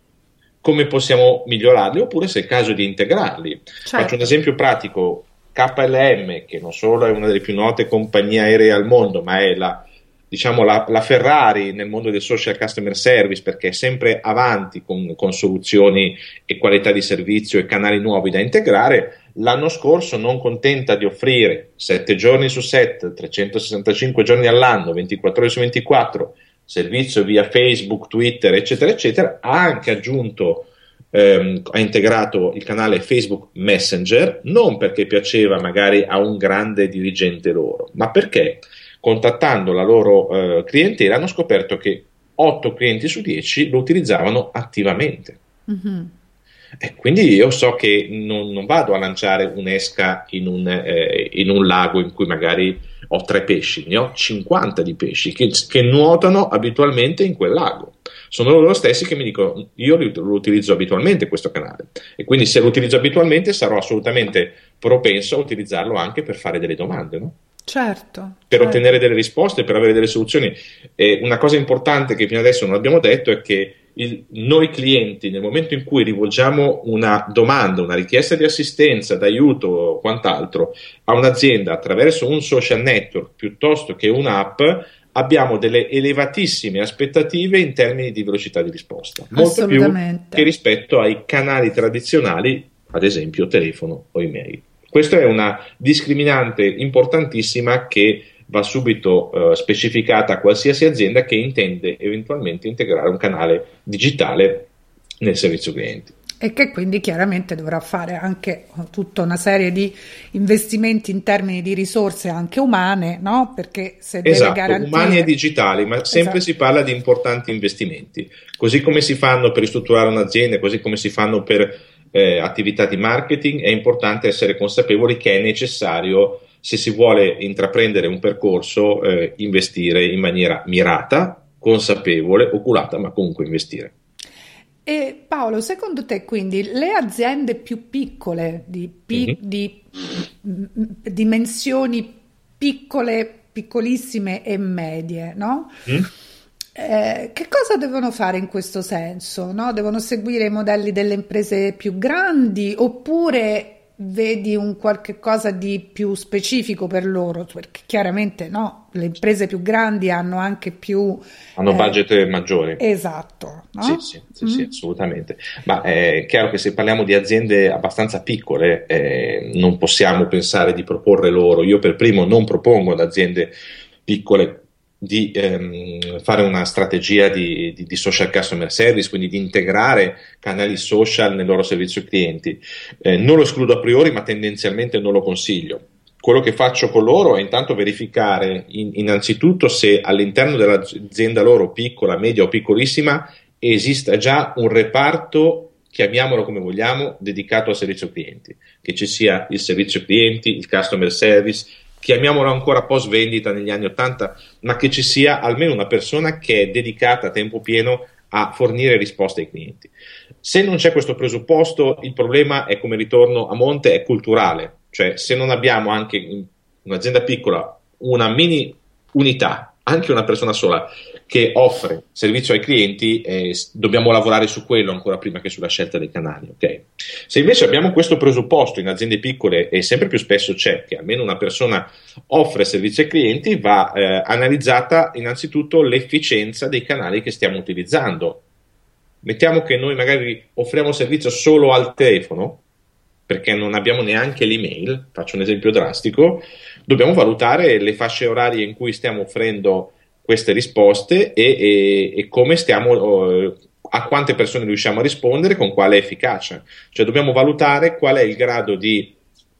come possiamo migliorarli, oppure se è il caso di integrarli. Certo. Faccio un esempio pratico: K L M, che non solo è una delle più note compagnie aeree al mondo, ma è la diciamo la, la Ferrari nel mondo del social customer service, perché è sempre avanti con, con soluzioni e qualità di servizio e canali nuovi da integrare. L'anno scorso, non contenta di offrire sette giorni su sette, trecentosessantacinque giorni all'anno, ventiquattro ore su ventiquattro, servizio via Facebook, Twitter, eccetera, eccetera, ha anche aggiunto, ehm, ha integrato il canale Facebook Messenger, non perché piaceva magari a un grande dirigente loro, ma perché contattando la loro eh, clientela hanno scoperto che otto clienti su dieci lo utilizzavano attivamente. Mm-hmm. E quindi io so che non, non vado a lanciare un'esca in un, eh, in un lago in cui magari ho tre pesci, ne ho cinquanta di pesci che, che nuotano abitualmente in quel lago. Sono loro stessi che mi dicono: io lo utilizzo abitualmente questo canale, e quindi se lo utilizzo abitualmente sarò assolutamente propenso a utilizzarlo anche per fare delle domande, no? Certo, per certo. ottenere delle risposte, per avere delle soluzioni. E una cosa importante che fino adesso non abbiamo detto è che il, noi clienti, nel momento in cui rivolgiamo una domanda, una richiesta di assistenza, d'aiuto o quant'altro a un'azienda attraverso un social network piuttosto che un'app, abbiamo delle elevatissime aspettative in termini di velocità di risposta, molto più che rispetto ai canali tradizionali, ad esempio telefono o email. Questa è una discriminante importantissima che va subito uh, specificata a qualsiasi azienda che intende eventualmente integrare un canale digitale nel servizio clienti. E che quindi chiaramente dovrà fare anche tutta una serie di investimenti in termini di risorse anche umane, no? Perché se esatto, deve garantire... umani e digitali, ma sempre esatto. Si parla di importanti investimenti. Così come si fanno per ristrutturare un'azienda, così come si fanno per Eh, attività di marketing, è importante essere consapevoli che è necessario, se si vuole intraprendere un percorso, eh, investire in maniera mirata, consapevole, oculata, ma comunque investire. E Paolo, secondo te quindi le aziende più piccole, di, pi- mm-hmm. di m- dimensioni piccole, piccolissime e medie, no? Mm. Eh, che cosa devono fare in questo senso? No? Devono seguire i modelli delle imprese più grandi, oppure vedi un qualche cosa di più specifico per loro? Perché chiaramente no, le imprese più grandi hanno anche più hanno eh, budget maggiori. Esatto, no? Sì, sì, sì, mm. sì, assolutamente. Ma è chiaro che se parliamo di aziende abbastanza piccole, eh, non possiamo pensare di proporre loro. Io per primo non propongo ad aziende piccole di ehm, fare una strategia di, di, di social customer service, quindi di integrare canali social nel loro servizio clienti. Eh, non lo escludo a priori, ma tendenzialmente non lo consiglio. quello che faccio con loro è intanto verificare in, innanzitutto se all'interno dell'azienda loro, piccola, media o piccolissima, esista già un reparto, chiamiamolo come vogliamo, dedicato al servizio clienti, che ci sia il servizio clienti, il customer service, chiamiamolo ancora post vendita negli anni ottanta, ma che ci sia almeno una persona che è dedicata a tempo pieno a fornire risposte ai clienti. Se non c'è questo presupposto, il problema è, come ritorno a monte, è culturale. Cioè, se non abbiamo anche in un'azienda piccola una mini unità, anche una persona sola, che offre servizio ai clienti, eh, dobbiamo lavorare su quello ancora prima che sulla scelta dei canali. Okay? Se invece abbiamo questo presupposto in aziende piccole, e sempre più spesso c'è che almeno una persona offre servizio ai clienti, va eh, analizzata innanzitutto l'efficienza dei canali che stiamo utilizzando. Mettiamo che noi magari offriamo servizio solo al telefono, perché non abbiamo neanche l'email, faccio un esempio drastico, dobbiamo valutare le fasce orarie in cui stiamo offrendo queste risposte e, e, e come stiamo, a quante persone riusciamo a rispondere, con quale efficacia. Cioè dobbiamo valutare qual è il grado di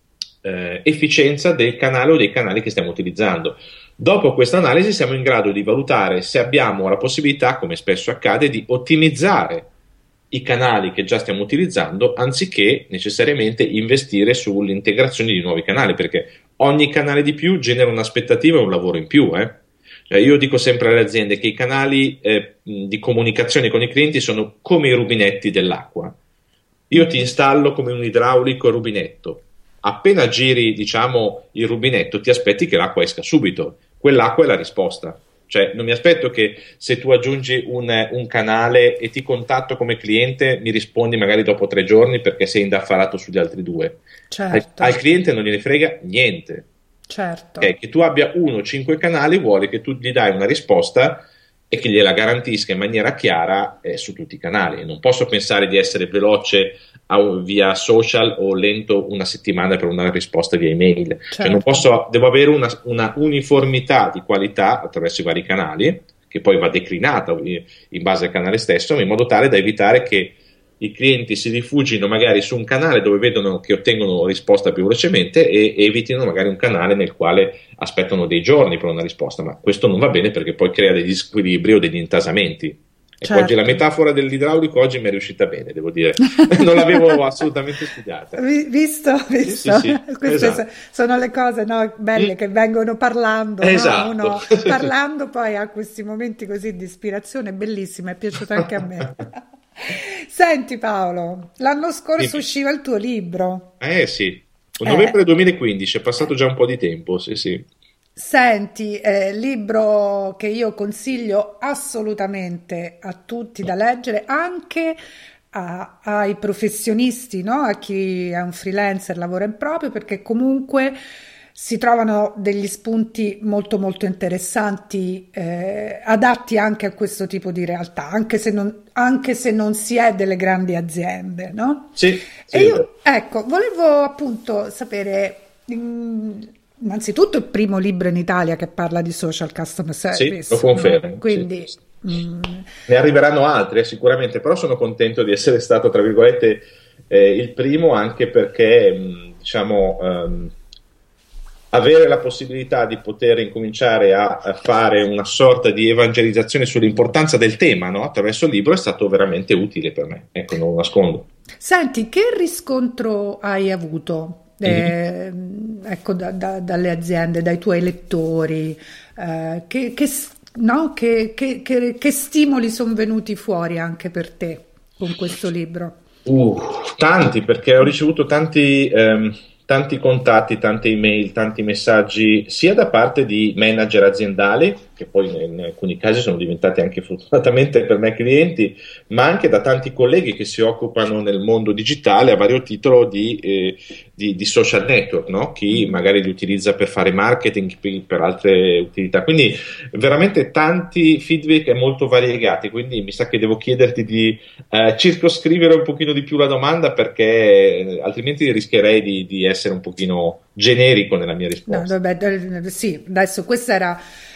eh, efficienza del canale o dei canali che stiamo utilizzando. Dopo questa analisi siamo in grado di valutare se abbiamo la possibilità, come spesso accade, di ottimizzare i canali che già stiamo utilizzando, anziché necessariamente investire sull'integrazione di nuovi canali, perché ogni canale di più genera un'aspettativa e un lavoro in più. Eh? Cioè io dico sempre alle aziende che i canali eh, di comunicazione con i clienti sono come i rubinetti dell'acqua. Io ti installo come un idraulico il rubinetto. Appena giri, diciamo, il rubinetto, ti aspetti che l'acqua esca subito. Quell'acqua è la risposta. Cioè, non mi aspetto che se tu aggiungi un, un canale e ti contatto come cliente, mi rispondi magari dopo tre giorni perché sei indaffarato sugli altri due. Certo. Al, al cliente non gliene frega niente. Certo. Okay, che tu abbia uno o cinque canali vuole che tu gli dai una risposta e che gliela garantisca in maniera chiara eh, su tutti i canali. Non posso pensare di essere veloce a, via social o lento una settimana per una risposta via email. Certo. Cioè non posso, devo avere una, una uniformità di qualità attraverso i vari canali, che poi va declinata in base al canale stesso, in modo tale da evitare che i clienti si rifugino magari su un canale dove vedono che ottengono risposta più velocemente e evitino magari un canale nel quale aspettano dei giorni per una risposta, ma questo non va bene perché poi crea degli squilibri o degli intasamenti. Ecco, certo. Oggi la metafora dell'idraulico oggi mi è riuscita bene, devo dire, non l'avevo assolutamente studiata. Visto, visto. Sì, sì, queste esatto. sono le cose, no, belle, mm. che vengono parlando, esatto. no? Uno parlando poi ha questi momenti così di ispirazione, bellissima, è piaciuto anche a me. Senti Paolo, l'anno scorso sì. usciva il tuo libro. Eh sì, novembre eh. duemilaquindici, è passato già un po' di tempo, sì sì. Senti, eh, libro che io consiglio assolutamente a tutti da leggere, anche a, ai professionisti, no? A chi è un freelancer, lavora in proprio, perché comunque si trovano degli spunti molto molto interessanti, eh, adatti anche a questo tipo di realtà, anche se non, anche se non si è delle grandi aziende, no? Sì, sì. E io, ecco, volevo appunto sapere, mh, innanzitutto il primo libro in Italia che parla di social customer service. Sì, lo confermo. No? Quindi sì. mh, ne arriveranno altri eh, sicuramente, però sono contento di essere stato, tra virgolette, eh, il primo, anche perché mh, diciamo um, avere la possibilità di poter incominciare a, a fare una sorta di evangelizzazione sull'importanza del tema, no? Attraverso il libro è stato veramente utile per me, ecco, non lo nascondo. Senti, che riscontro hai avuto? Eh, ecco, da, da, dalle aziende, dai tuoi lettori, eh, che, che, no? che, che, che, che stimoli sono venuti fuori anche per te con questo libro? Uh, tanti, perché ho ricevuto tanti, ehm, tanti contatti, tante email, tanti messaggi, sia da parte di manager aziendali, che poi in alcuni casi sono diventati anche fortunatamente per me clienti, ma anche da tanti colleghi che si occupano nel mondo digitale a vario titolo di, eh, di, di social network, no? Chi magari li utilizza per fare marketing, per altre utilità. Quindi veramente tanti feedback molto variegati, quindi mi sa che devo chiederti di eh, circoscrivere un pochino di più la domanda, perché altrimenti rischierei di, di essere un pochino generico nella mia risposta. No, vabbè, sì, adesso questa era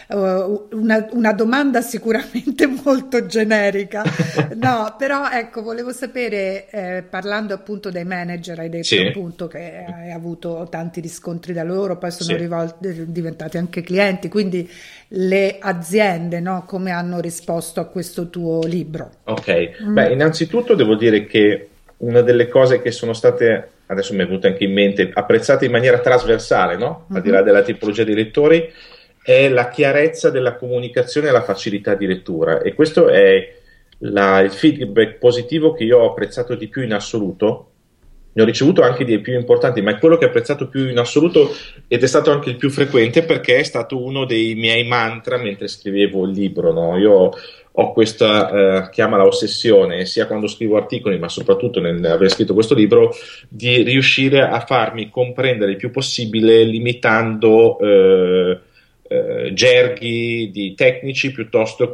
uh, una, una domanda sicuramente molto generica, no, però ecco, volevo sapere, eh, parlando appunto dei manager, hai detto Sì. appunto che hai avuto tanti riscontri da loro, poi sono Sì. rivolti, diventati anche clienti, quindi le aziende, no, come hanno risposto a questo tuo libro? Ok, mm. Beh, innanzitutto devo dire che una delle cose che sono state, adesso mi è venuta anche in mente, apprezzate in maniera trasversale, no? Al di là della tipologia di lettori, è la chiarezza della comunicazione e la facilità di lettura, e questo è la, il feedback positivo che io ho apprezzato di più in assoluto. Ne ho ricevuto anche dei più importanti, ma è quello che ho apprezzato più in assoluto, ed è stato anche il più frequente, perché è stato uno dei miei mantra mentre scrivevo il libro, no? Io ho questa, eh, chiamala ossessione, sia quando scrivo articoli, ma soprattutto nell'aver scritto questo libro, di riuscire a farmi comprendere il più possibile, limitando eh, eh, gerghi di tecnici piuttosto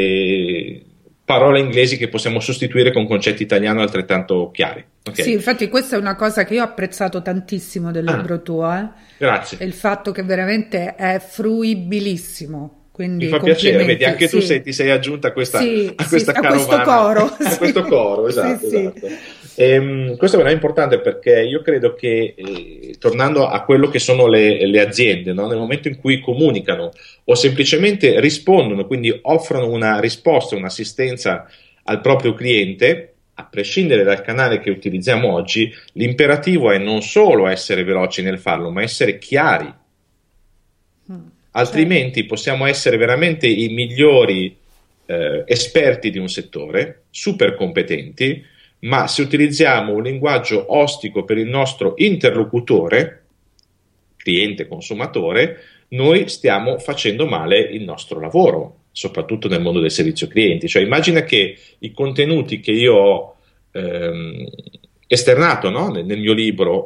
che parole inglesi che possiamo sostituire con concetti italiani altrettanto chiari. Okay. Sì, infatti questa è una cosa che io ho apprezzato tantissimo del libro ah, tuo, eh? Grazie. Il fatto che veramente è fruibilissimo. Quindi mi fa piacere, vedi, anche sì. tu sei, ti sei aggiunta a questa, sì, a questa sì, carovana, a questo coro, a sì. questo coro, esatto. Sì, esatto. Sì. E, questo è veramente importante, perché io credo che, eh, tornando a quello che sono le, le aziende, no? Nel momento in cui comunicano o semplicemente rispondono, quindi offrono una risposta, un'assistenza al proprio cliente, a prescindere dal canale che utilizziamo oggi, l'imperativo è non solo essere veloci nel farlo, ma essere chiari. Mm. Altrimenti possiamo essere veramente i migliori eh, esperti di un settore, super competenti, ma se utilizziamo un linguaggio ostico per il nostro interlocutore, cliente, consumatore, noi stiamo facendo male il nostro lavoro, soprattutto nel mondo del servizio clienti. Cioè, immagina che i contenuti che io ho ehm, esternato, no? nel, nel mio libro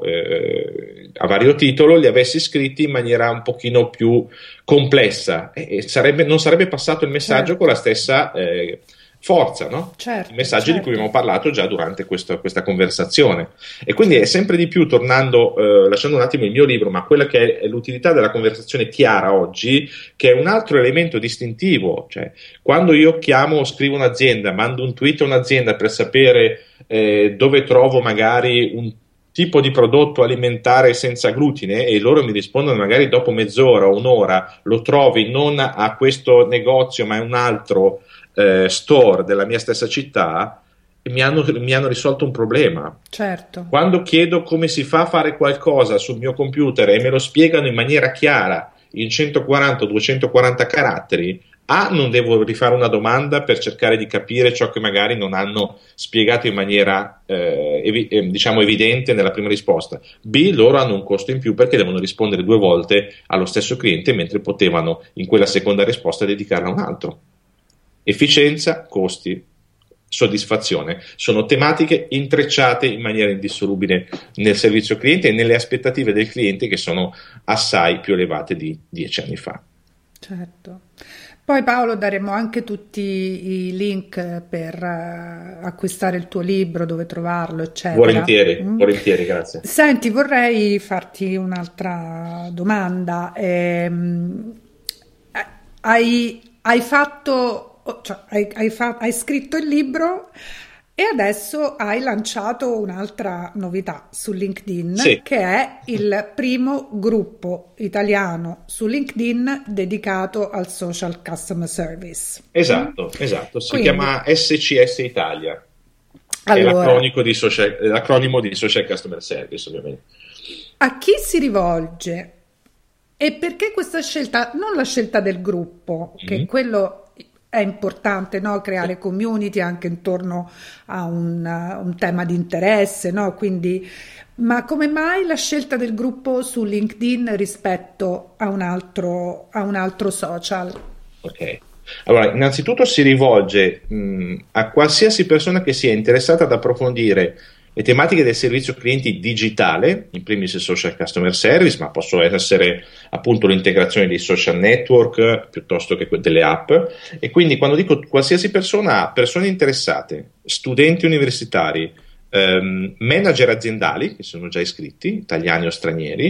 eh, a vario titolo, li avessi scritti in maniera un pochino più complessa, e, e sarebbe, non sarebbe passato il messaggio certo. con la stessa eh, forza, no? Certo, i messaggi certo. di cui abbiamo parlato già durante questo, questa conversazione. E quindi è sempre di più, tornando, eh, lasciando un attimo il mio libro, ma quella che è l'utilità della conversazione chiara oggi, che è un altro elemento distintivo. Cioè, quando io chiamo o scrivo un'azienda, mando un tweet a un'azienda per sapere eh, dove trovo magari un tipo di prodotto alimentare senza glutine, e loro mi rispondono magari dopo mezz'ora o un'ora, lo trovi non a questo negozio ma in un altro eh, store della mia stessa città, e mi hanno, mi hanno risolto un problema. Certo. Quando chiedo come si fa a fare qualcosa sul mio computer e me lo spiegano in maniera chiara in centoquaranta o duecentoquaranta caratteri, A, non devo rifare una domanda per cercare di capire ciò che magari non hanno spiegato in maniera eh, evi- eh, diciamo evidente nella prima risposta. B, loro hanno un costo in più perché devono rispondere due volte allo stesso cliente, mentre potevano in quella seconda risposta dedicarla a un altro. Efficienza, costi, soddisfazione sono tematiche intrecciate in maniera indissolubile nel servizio cliente e nelle aspettative del cliente, che sono assai più elevate di dieci anni fa. Certo. Poi Paolo, daremo anche tutti i link per uh, acquistare il tuo libro, dove trovarlo, eccetera. Volentieri, mm. volentieri, grazie. Senti, vorrei farti un'altra domanda. Ehm, hai, hai fatto, cioè, hai, hai, fa, hai scritto il libro e adesso hai lanciato un'altra novità su LinkedIn, sì. che è il primo gruppo italiano su LinkedIn dedicato al Social Customer Service. Esatto, mm? esatto. Si Quindi, chiama S C S Italia, allora, è l'acronimo di, social, l'acronimo di Social Customer Service, ovviamente. A chi si rivolge e perché questa scelta, non la scelta del gruppo, mm-hmm. che quello è importante, no? Creare community anche intorno a un, uh, un tema di interesse, no? Quindi, ma come mai la scelta del gruppo su LinkedIn rispetto a un altro, a un altro social? Ok, allora innanzitutto si rivolge mh, a qualsiasi persona che sia interessata ad approfondire le tematiche del servizio clienti digitale, in primis il social customer service, ma possono essere appunto l'integrazione dei social network piuttosto che delle app. E quindi quando dico qualsiasi persona, persone interessate, studenti universitari, ehm, manager aziendali che sono già iscritti, italiani o stranieri,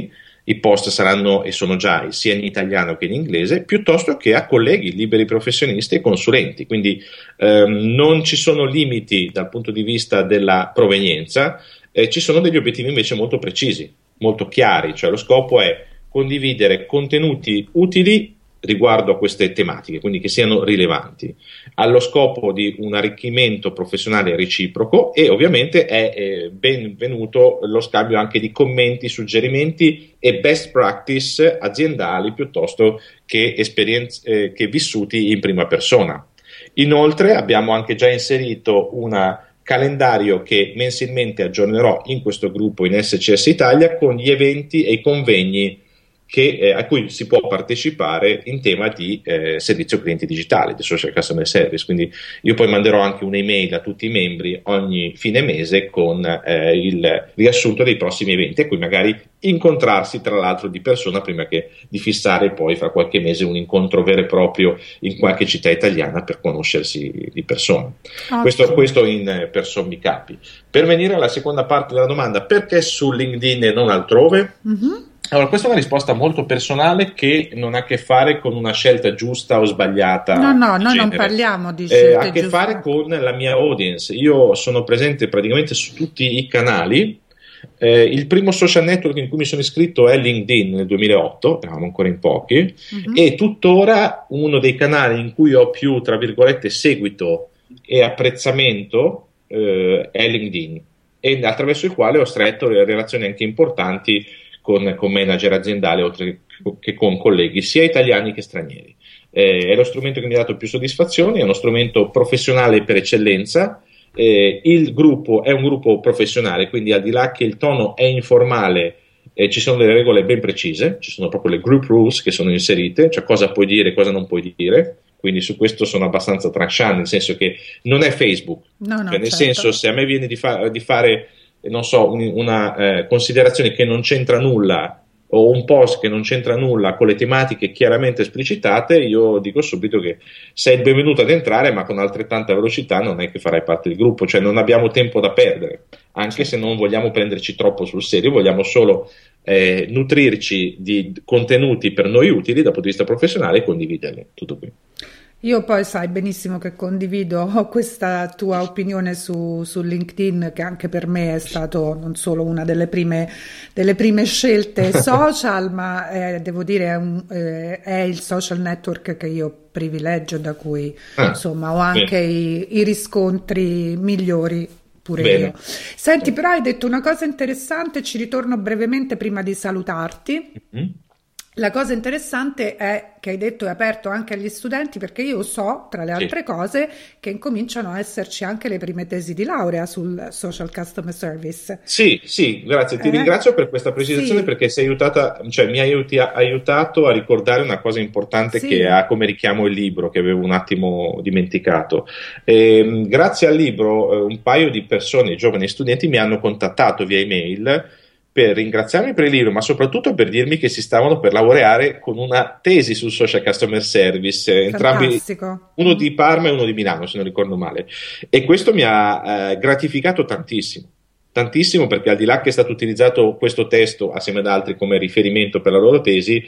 i post saranno e sono già sia in italiano che in inglese, piuttosto che a colleghi, liberi professionisti e consulenti. Quindi ehm, non ci sono limiti dal punto di vista della provenienza, eh, ci sono degli obiettivi invece molto precisi, molto chiari, cioè lo scopo è condividere contenuti utili riguardo a queste tematiche, quindi che siano rilevanti, allo scopo di un arricchimento professionale reciproco, e ovviamente è eh, benvenuto lo scambio anche di commenti, suggerimenti e best practice aziendali piuttosto che esperienze eh, che vissuti in prima persona. Inoltre abbiamo anche già inserito un calendario che mensilmente aggiornerò in questo gruppo in S C S Italia con gli eventi e i convegni Che, eh, a cui si può partecipare in tema di eh, servizio clienti digitale, di social customer service. Quindi io poi manderò anche un'email a tutti i membri ogni fine mese con eh, il riassunto dei prossimi eventi, a cui magari incontrarsi tra l'altro di persona prima che di fissare poi fra qualche mese un incontro vero e proprio in qualche città italiana per conoscersi di persona. Okay. Questo, questo in eh, per sommi capi. Per venire alla seconda parte della domanda, perché su LinkedIn e non altrove? Mm-hmm. Allora, questa è una risposta molto personale che non ha a che fare con una scelta giusta o sbagliata. No, no, noi non parliamo di scelte eh, ha a che giuste. fare con la mia audience. Io sono presente praticamente su tutti i canali. Eh, il primo social network in cui mi sono iscritto è LinkedIn nel duemilaotto, eravamo ancora in pochi, uh-huh. e tuttora uno dei canali in cui ho più, tra virgolette, seguito e apprezzamento eh, è LinkedIn, e attraverso il quale ho stretto relazioni anche importanti Con, con manager aziendali oltre che con colleghi sia italiani che stranieri. Eh, è lo strumento che mi ha dato più soddisfazioni, è uno strumento professionale per eccellenza. Eh, il gruppo è un gruppo professionale, quindi al di là che il tono è informale, eh, ci sono delle regole ben precise, ci sono proprio le group rules che sono inserite, cioè cosa puoi dire e cosa non puoi dire. Quindi su questo sono abbastanza tranchant, nel senso che non è Facebook, no, no, cioè, nel certo. senso, se a me viene di, fa- di fare non so, una eh, considerazione che non c'entra nulla o un post che non c'entra nulla con le tematiche chiaramente esplicitate, io dico subito che sei il benvenuto ad entrare, ma con altrettanta velocità non è che farai parte del gruppo, cioè non abbiamo tempo da perdere, anche se non vogliamo prenderci troppo sul serio, vogliamo solo eh, nutrirci di contenuti per noi utili dal punto di vista professionale e condividerli, tutto qui. Io poi sai benissimo che condivido questa tua opinione su, su LinkedIn, che anche per me è stato non solo una delle prime, delle prime scelte social, ma è, devo dire è, un, eh, è il social network che io privilegio, da cui ah, insomma ho anche i, i riscontri migliori. Pure Bene. Io. Senti, però hai detto una cosa interessante, ci ritorno brevemente prima di salutarti. Mm-hmm. La cosa interessante è che hai detto è aperto anche agli studenti, perché io so, tra le altre sì. cose, che incominciano a esserci anche le prime tesi di laurea sul social customer service. Sì, sì, grazie, ti eh? ringrazio per questa precisazione, sì. perché sei aiutata, cioè mi hai aiuti, aiutato a ricordare una cosa importante sì. che ha come richiamo il libro, che avevo un attimo dimenticato. E, grazie al libro un paio di persone, giovani studenti, mi hanno contattato via email per ringraziarmi per il libro, ma soprattutto per dirmi che si stavano per laureare con una tesi sul social customer service, entrambi, uno di Parma e uno di Milano, se non ricordo male, e questo mi ha eh, gratificato tantissimo, tantissimo, perché al di là che è stato utilizzato questo testo assieme ad altri come riferimento per la loro tesi,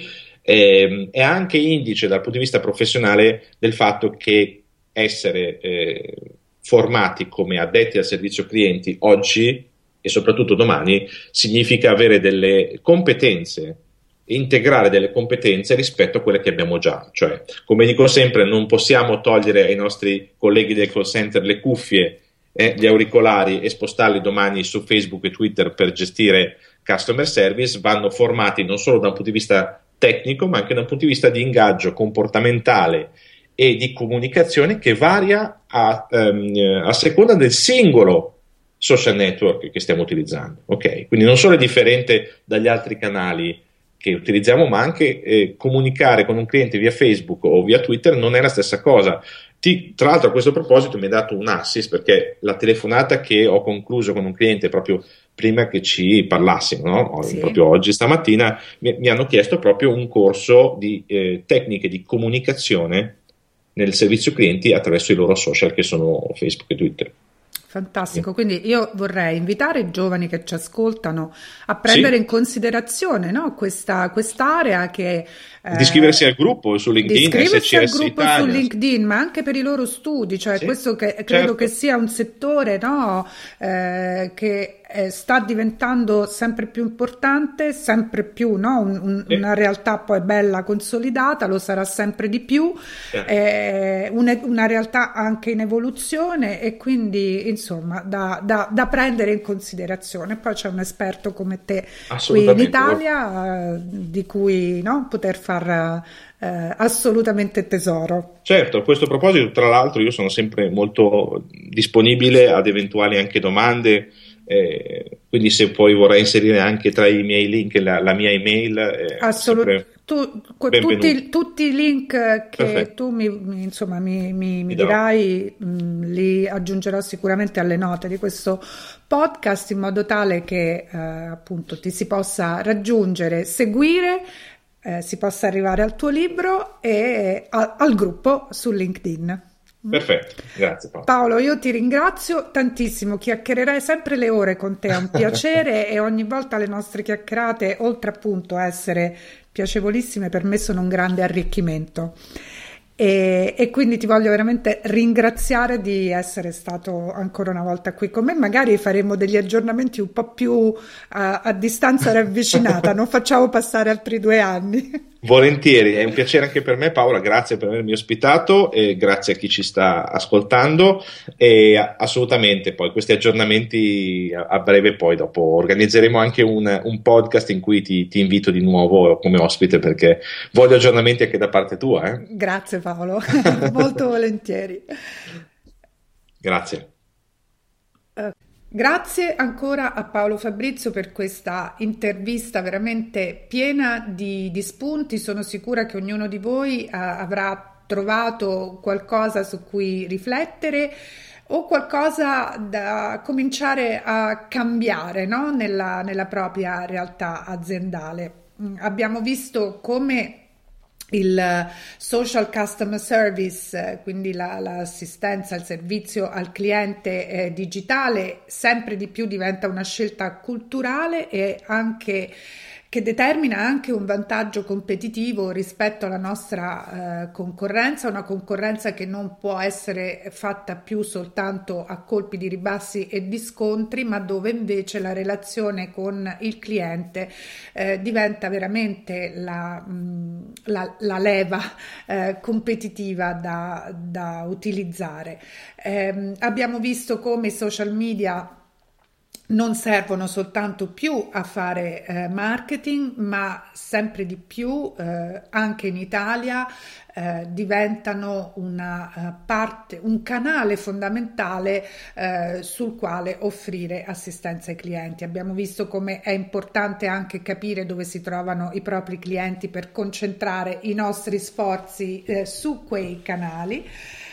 eh, è anche indice dal punto di vista professionale del fatto che essere eh, formati come addetti al servizio clienti oggi e soprattutto domani significa avere delle competenze, integrare delle competenze rispetto a quelle che abbiamo già. Cioè, come dico sempre, non possiamo togliere ai nostri colleghi del call center le cuffie, eh, gli auricolari e spostarli domani su Facebook e Twitter per gestire customer service. Vanno formati non solo da un punto di vista tecnico, ma anche da un punto di vista di ingaggio comportamentale e di comunicazione, che varia a, um, a seconda del singolo social network che stiamo utilizzando, ok? Quindi non solo è differente dagli altri canali che utilizziamo, ma anche eh, comunicare con un cliente via Facebook o via Twitter non è la stessa cosa. Ti, tra l'altro, a questo proposito mi ha dato un assist, perché la telefonata che ho concluso con un cliente proprio prima che ci parlassimo, no? Sì. Proprio oggi, stamattina, mi, mi hanno chiesto proprio un corso di eh, tecniche di comunicazione nel servizio clienti attraverso i loro social, che sono Facebook e Twitter. fantastico. Quindi io vorrei invitare i giovani che ci ascoltano a prendere Sì. in considerazione, no, questa quest'area che Di iscriversi eh, al gruppo su di LinkedIn, iscriversi al S C S gruppo su Italia. LinkedIn, ma anche per i loro studi, cioè Sì, questo che credo certo. che sia un settore, no, eh, che eh, sta diventando sempre più importante, sempre più, no, un- un- Sì, una realtà poi bella consolidata, lo sarà sempre di più, certo. è una, una realtà anche in evoluzione e quindi insomma da, da- da prendere in considerazione. Poi c'è un esperto come te qui in Assolutamente. Italia, eh, di cui, no, poter far eh, assolutamente tesoro. Certo, a questo proposito, tra l'altro, io sono sempre molto disponibile ad eventuali anche domande, eh, quindi se poi vorrei inserire anche tra i miei link la, la mia email, eh, Assolut- sempre tu- que- benvenuto. tutti, tutti i link che Perfetto, tu mi, mi- insomma, mi, mi- mi mi darò. dirai, mh, li aggiungerò sicuramente alle note di questo podcast in modo tale che eh, appunto ti si possa raggiungere, seguire, eh, si possa arrivare al tuo libro e a- al gruppo su LinkedIn. Perfetto, grazie Paolo. Paolo, io ti ringrazio tantissimo, chiacchiererei sempre le ore con te, è un piacere e ogni volta le nostre chiacchierate, oltre appunto a essere piacevolissime, per me sono un grande arricchimento. E, e quindi ti voglio veramente ringraziare di essere stato ancora una volta qui con me. Magari faremo degli aggiornamenti un po' più a, a distanza ravvicinata, non facciamo passare altri due anni. Volentieri, è un piacere anche per me Paola, grazie per avermi ospitato e grazie a chi ci sta ascoltando e assolutamente poi questi aggiornamenti a, a breve poi dopo organizzeremo anche un, un podcast in cui ti, ti invito di nuovo come ospite perché voglio aggiornamenti anche da parte tua. Eh? Grazie Paolo, molto volentieri. Grazie. Grazie ancora a Paolo Fabrizio per questa intervista veramente piena di, di spunti. Sono sicura che ognuno di voi eh, avrà trovato qualcosa su cui riflettere o qualcosa da cominciare a cambiare, no? nella, nella propria realtà aziendale. Mm, Abbiamo visto come il social customer service, quindi la- l'assistenza, il servizio al cliente eh, digitale, sempre di più diventa una scelta culturale e anche che determina anche un vantaggio competitivo rispetto alla nostra eh, concorrenza, una concorrenza che non può essere fatta più soltanto a colpi di ribassi e di scontri, ma dove invece la relazione con il cliente eh, diventa veramente la, mh, la- la leva eh, competitiva da, da utilizzare. Ehm, abbiamo visto come i social media non servono soltanto più a fare eh, marketing, ma sempre di più eh, anche in Italia eh, diventano una eh, parte, un canale fondamentale eh, sul quale offrire assistenza ai clienti. Abbiamo visto come è importante anche capire dove si trovano i propri clienti per concentrare i nostri sforzi eh, su quei canali.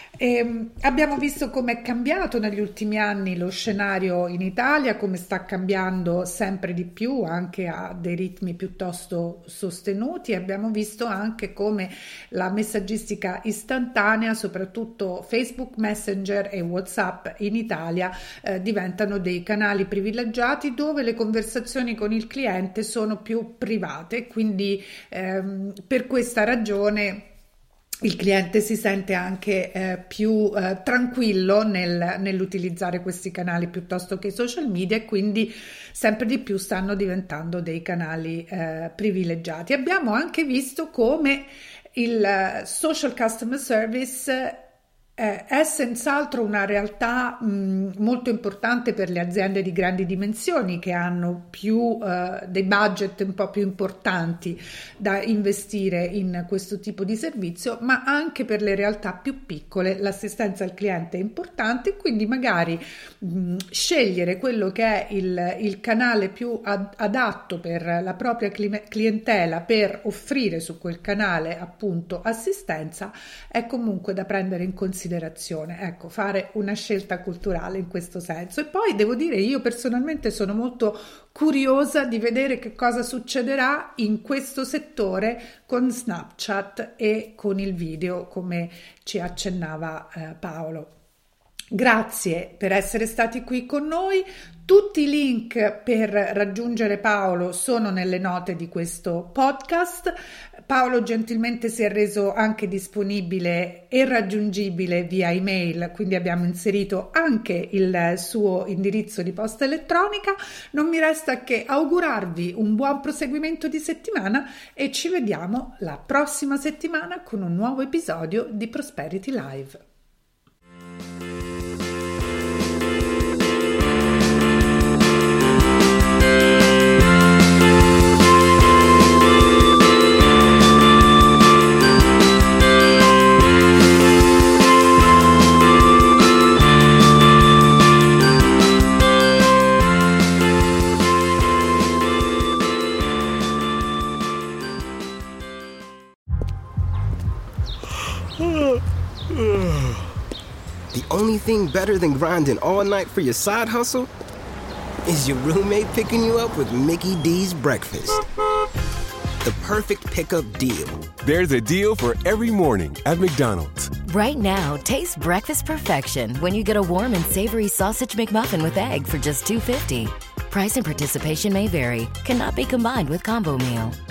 E abbiamo visto come è cambiato negli ultimi anni lo scenario in Italia, come sta cambiando sempre di più anche a dei ritmi piuttosto sostenuti. Abbiamo visto anche come la messaggistica istantanea, soprattutto Facebook Messenger e WhatsApp in Italia, eh, diventano dei canali privilegiati dove le conversazioni con il cliente sono più private, quindi ehm, per questa ragione il cliente si sente anche eh, più eh, tranquillo nel- nell'utilizzare questi canali piuttosto che i social media e quindi sempre di più stanno diventando dei canali eh, privilegiati. Abbiamo anche visto come il eh, social customer service eh, è senz'altro una realtà mh, molto importante per le aziende di grandi dimensioni che hanno più eh, dei budget un po' più importanti da investire in questo tipo di servizio, ma anche per le realtà più piccole l'assistenza al cliente è importante, quindi magari mh, scegliere quello che è il, il canale più ad- adatto per la propria cli- clientela per offrire su quel canale appunto assistenza è comunque da prendere in considerazione. Ecco, fare una scelta culturale in questo senso. E poi devo dire, io personalmente sono molto curiosa di vedere che cosa succederà in questo settore con Snapchat e con il video, come ci accennava eh, Paolo. Grazie per essere stati qui con noi. Tutti i link per raggiungere Paolo sono nelle note di questo podcast. Paolo gentilmente si è reso anche disponibile e raggiungibile via email, quindi abbiamo inserito anche il suo indirizzo di posta elettronica. Non mi resta che augurarvi un buon proseguimento di settimana e ci vediamo la prossima settimana con un nuovo episodio di Prosperity Live. The only thing better than grinding all night for your side hustle is your roommate picking you up with Mickey D's breakfast. The perfect pickup deal. There's a deal for every morning at McDonald's. Right now, taste breakfast perfection when you get a warm and savory sausage McMuffin with egg for just two dollars and fifty cents. Price and participation may vary. Cannot be combined with combo meal.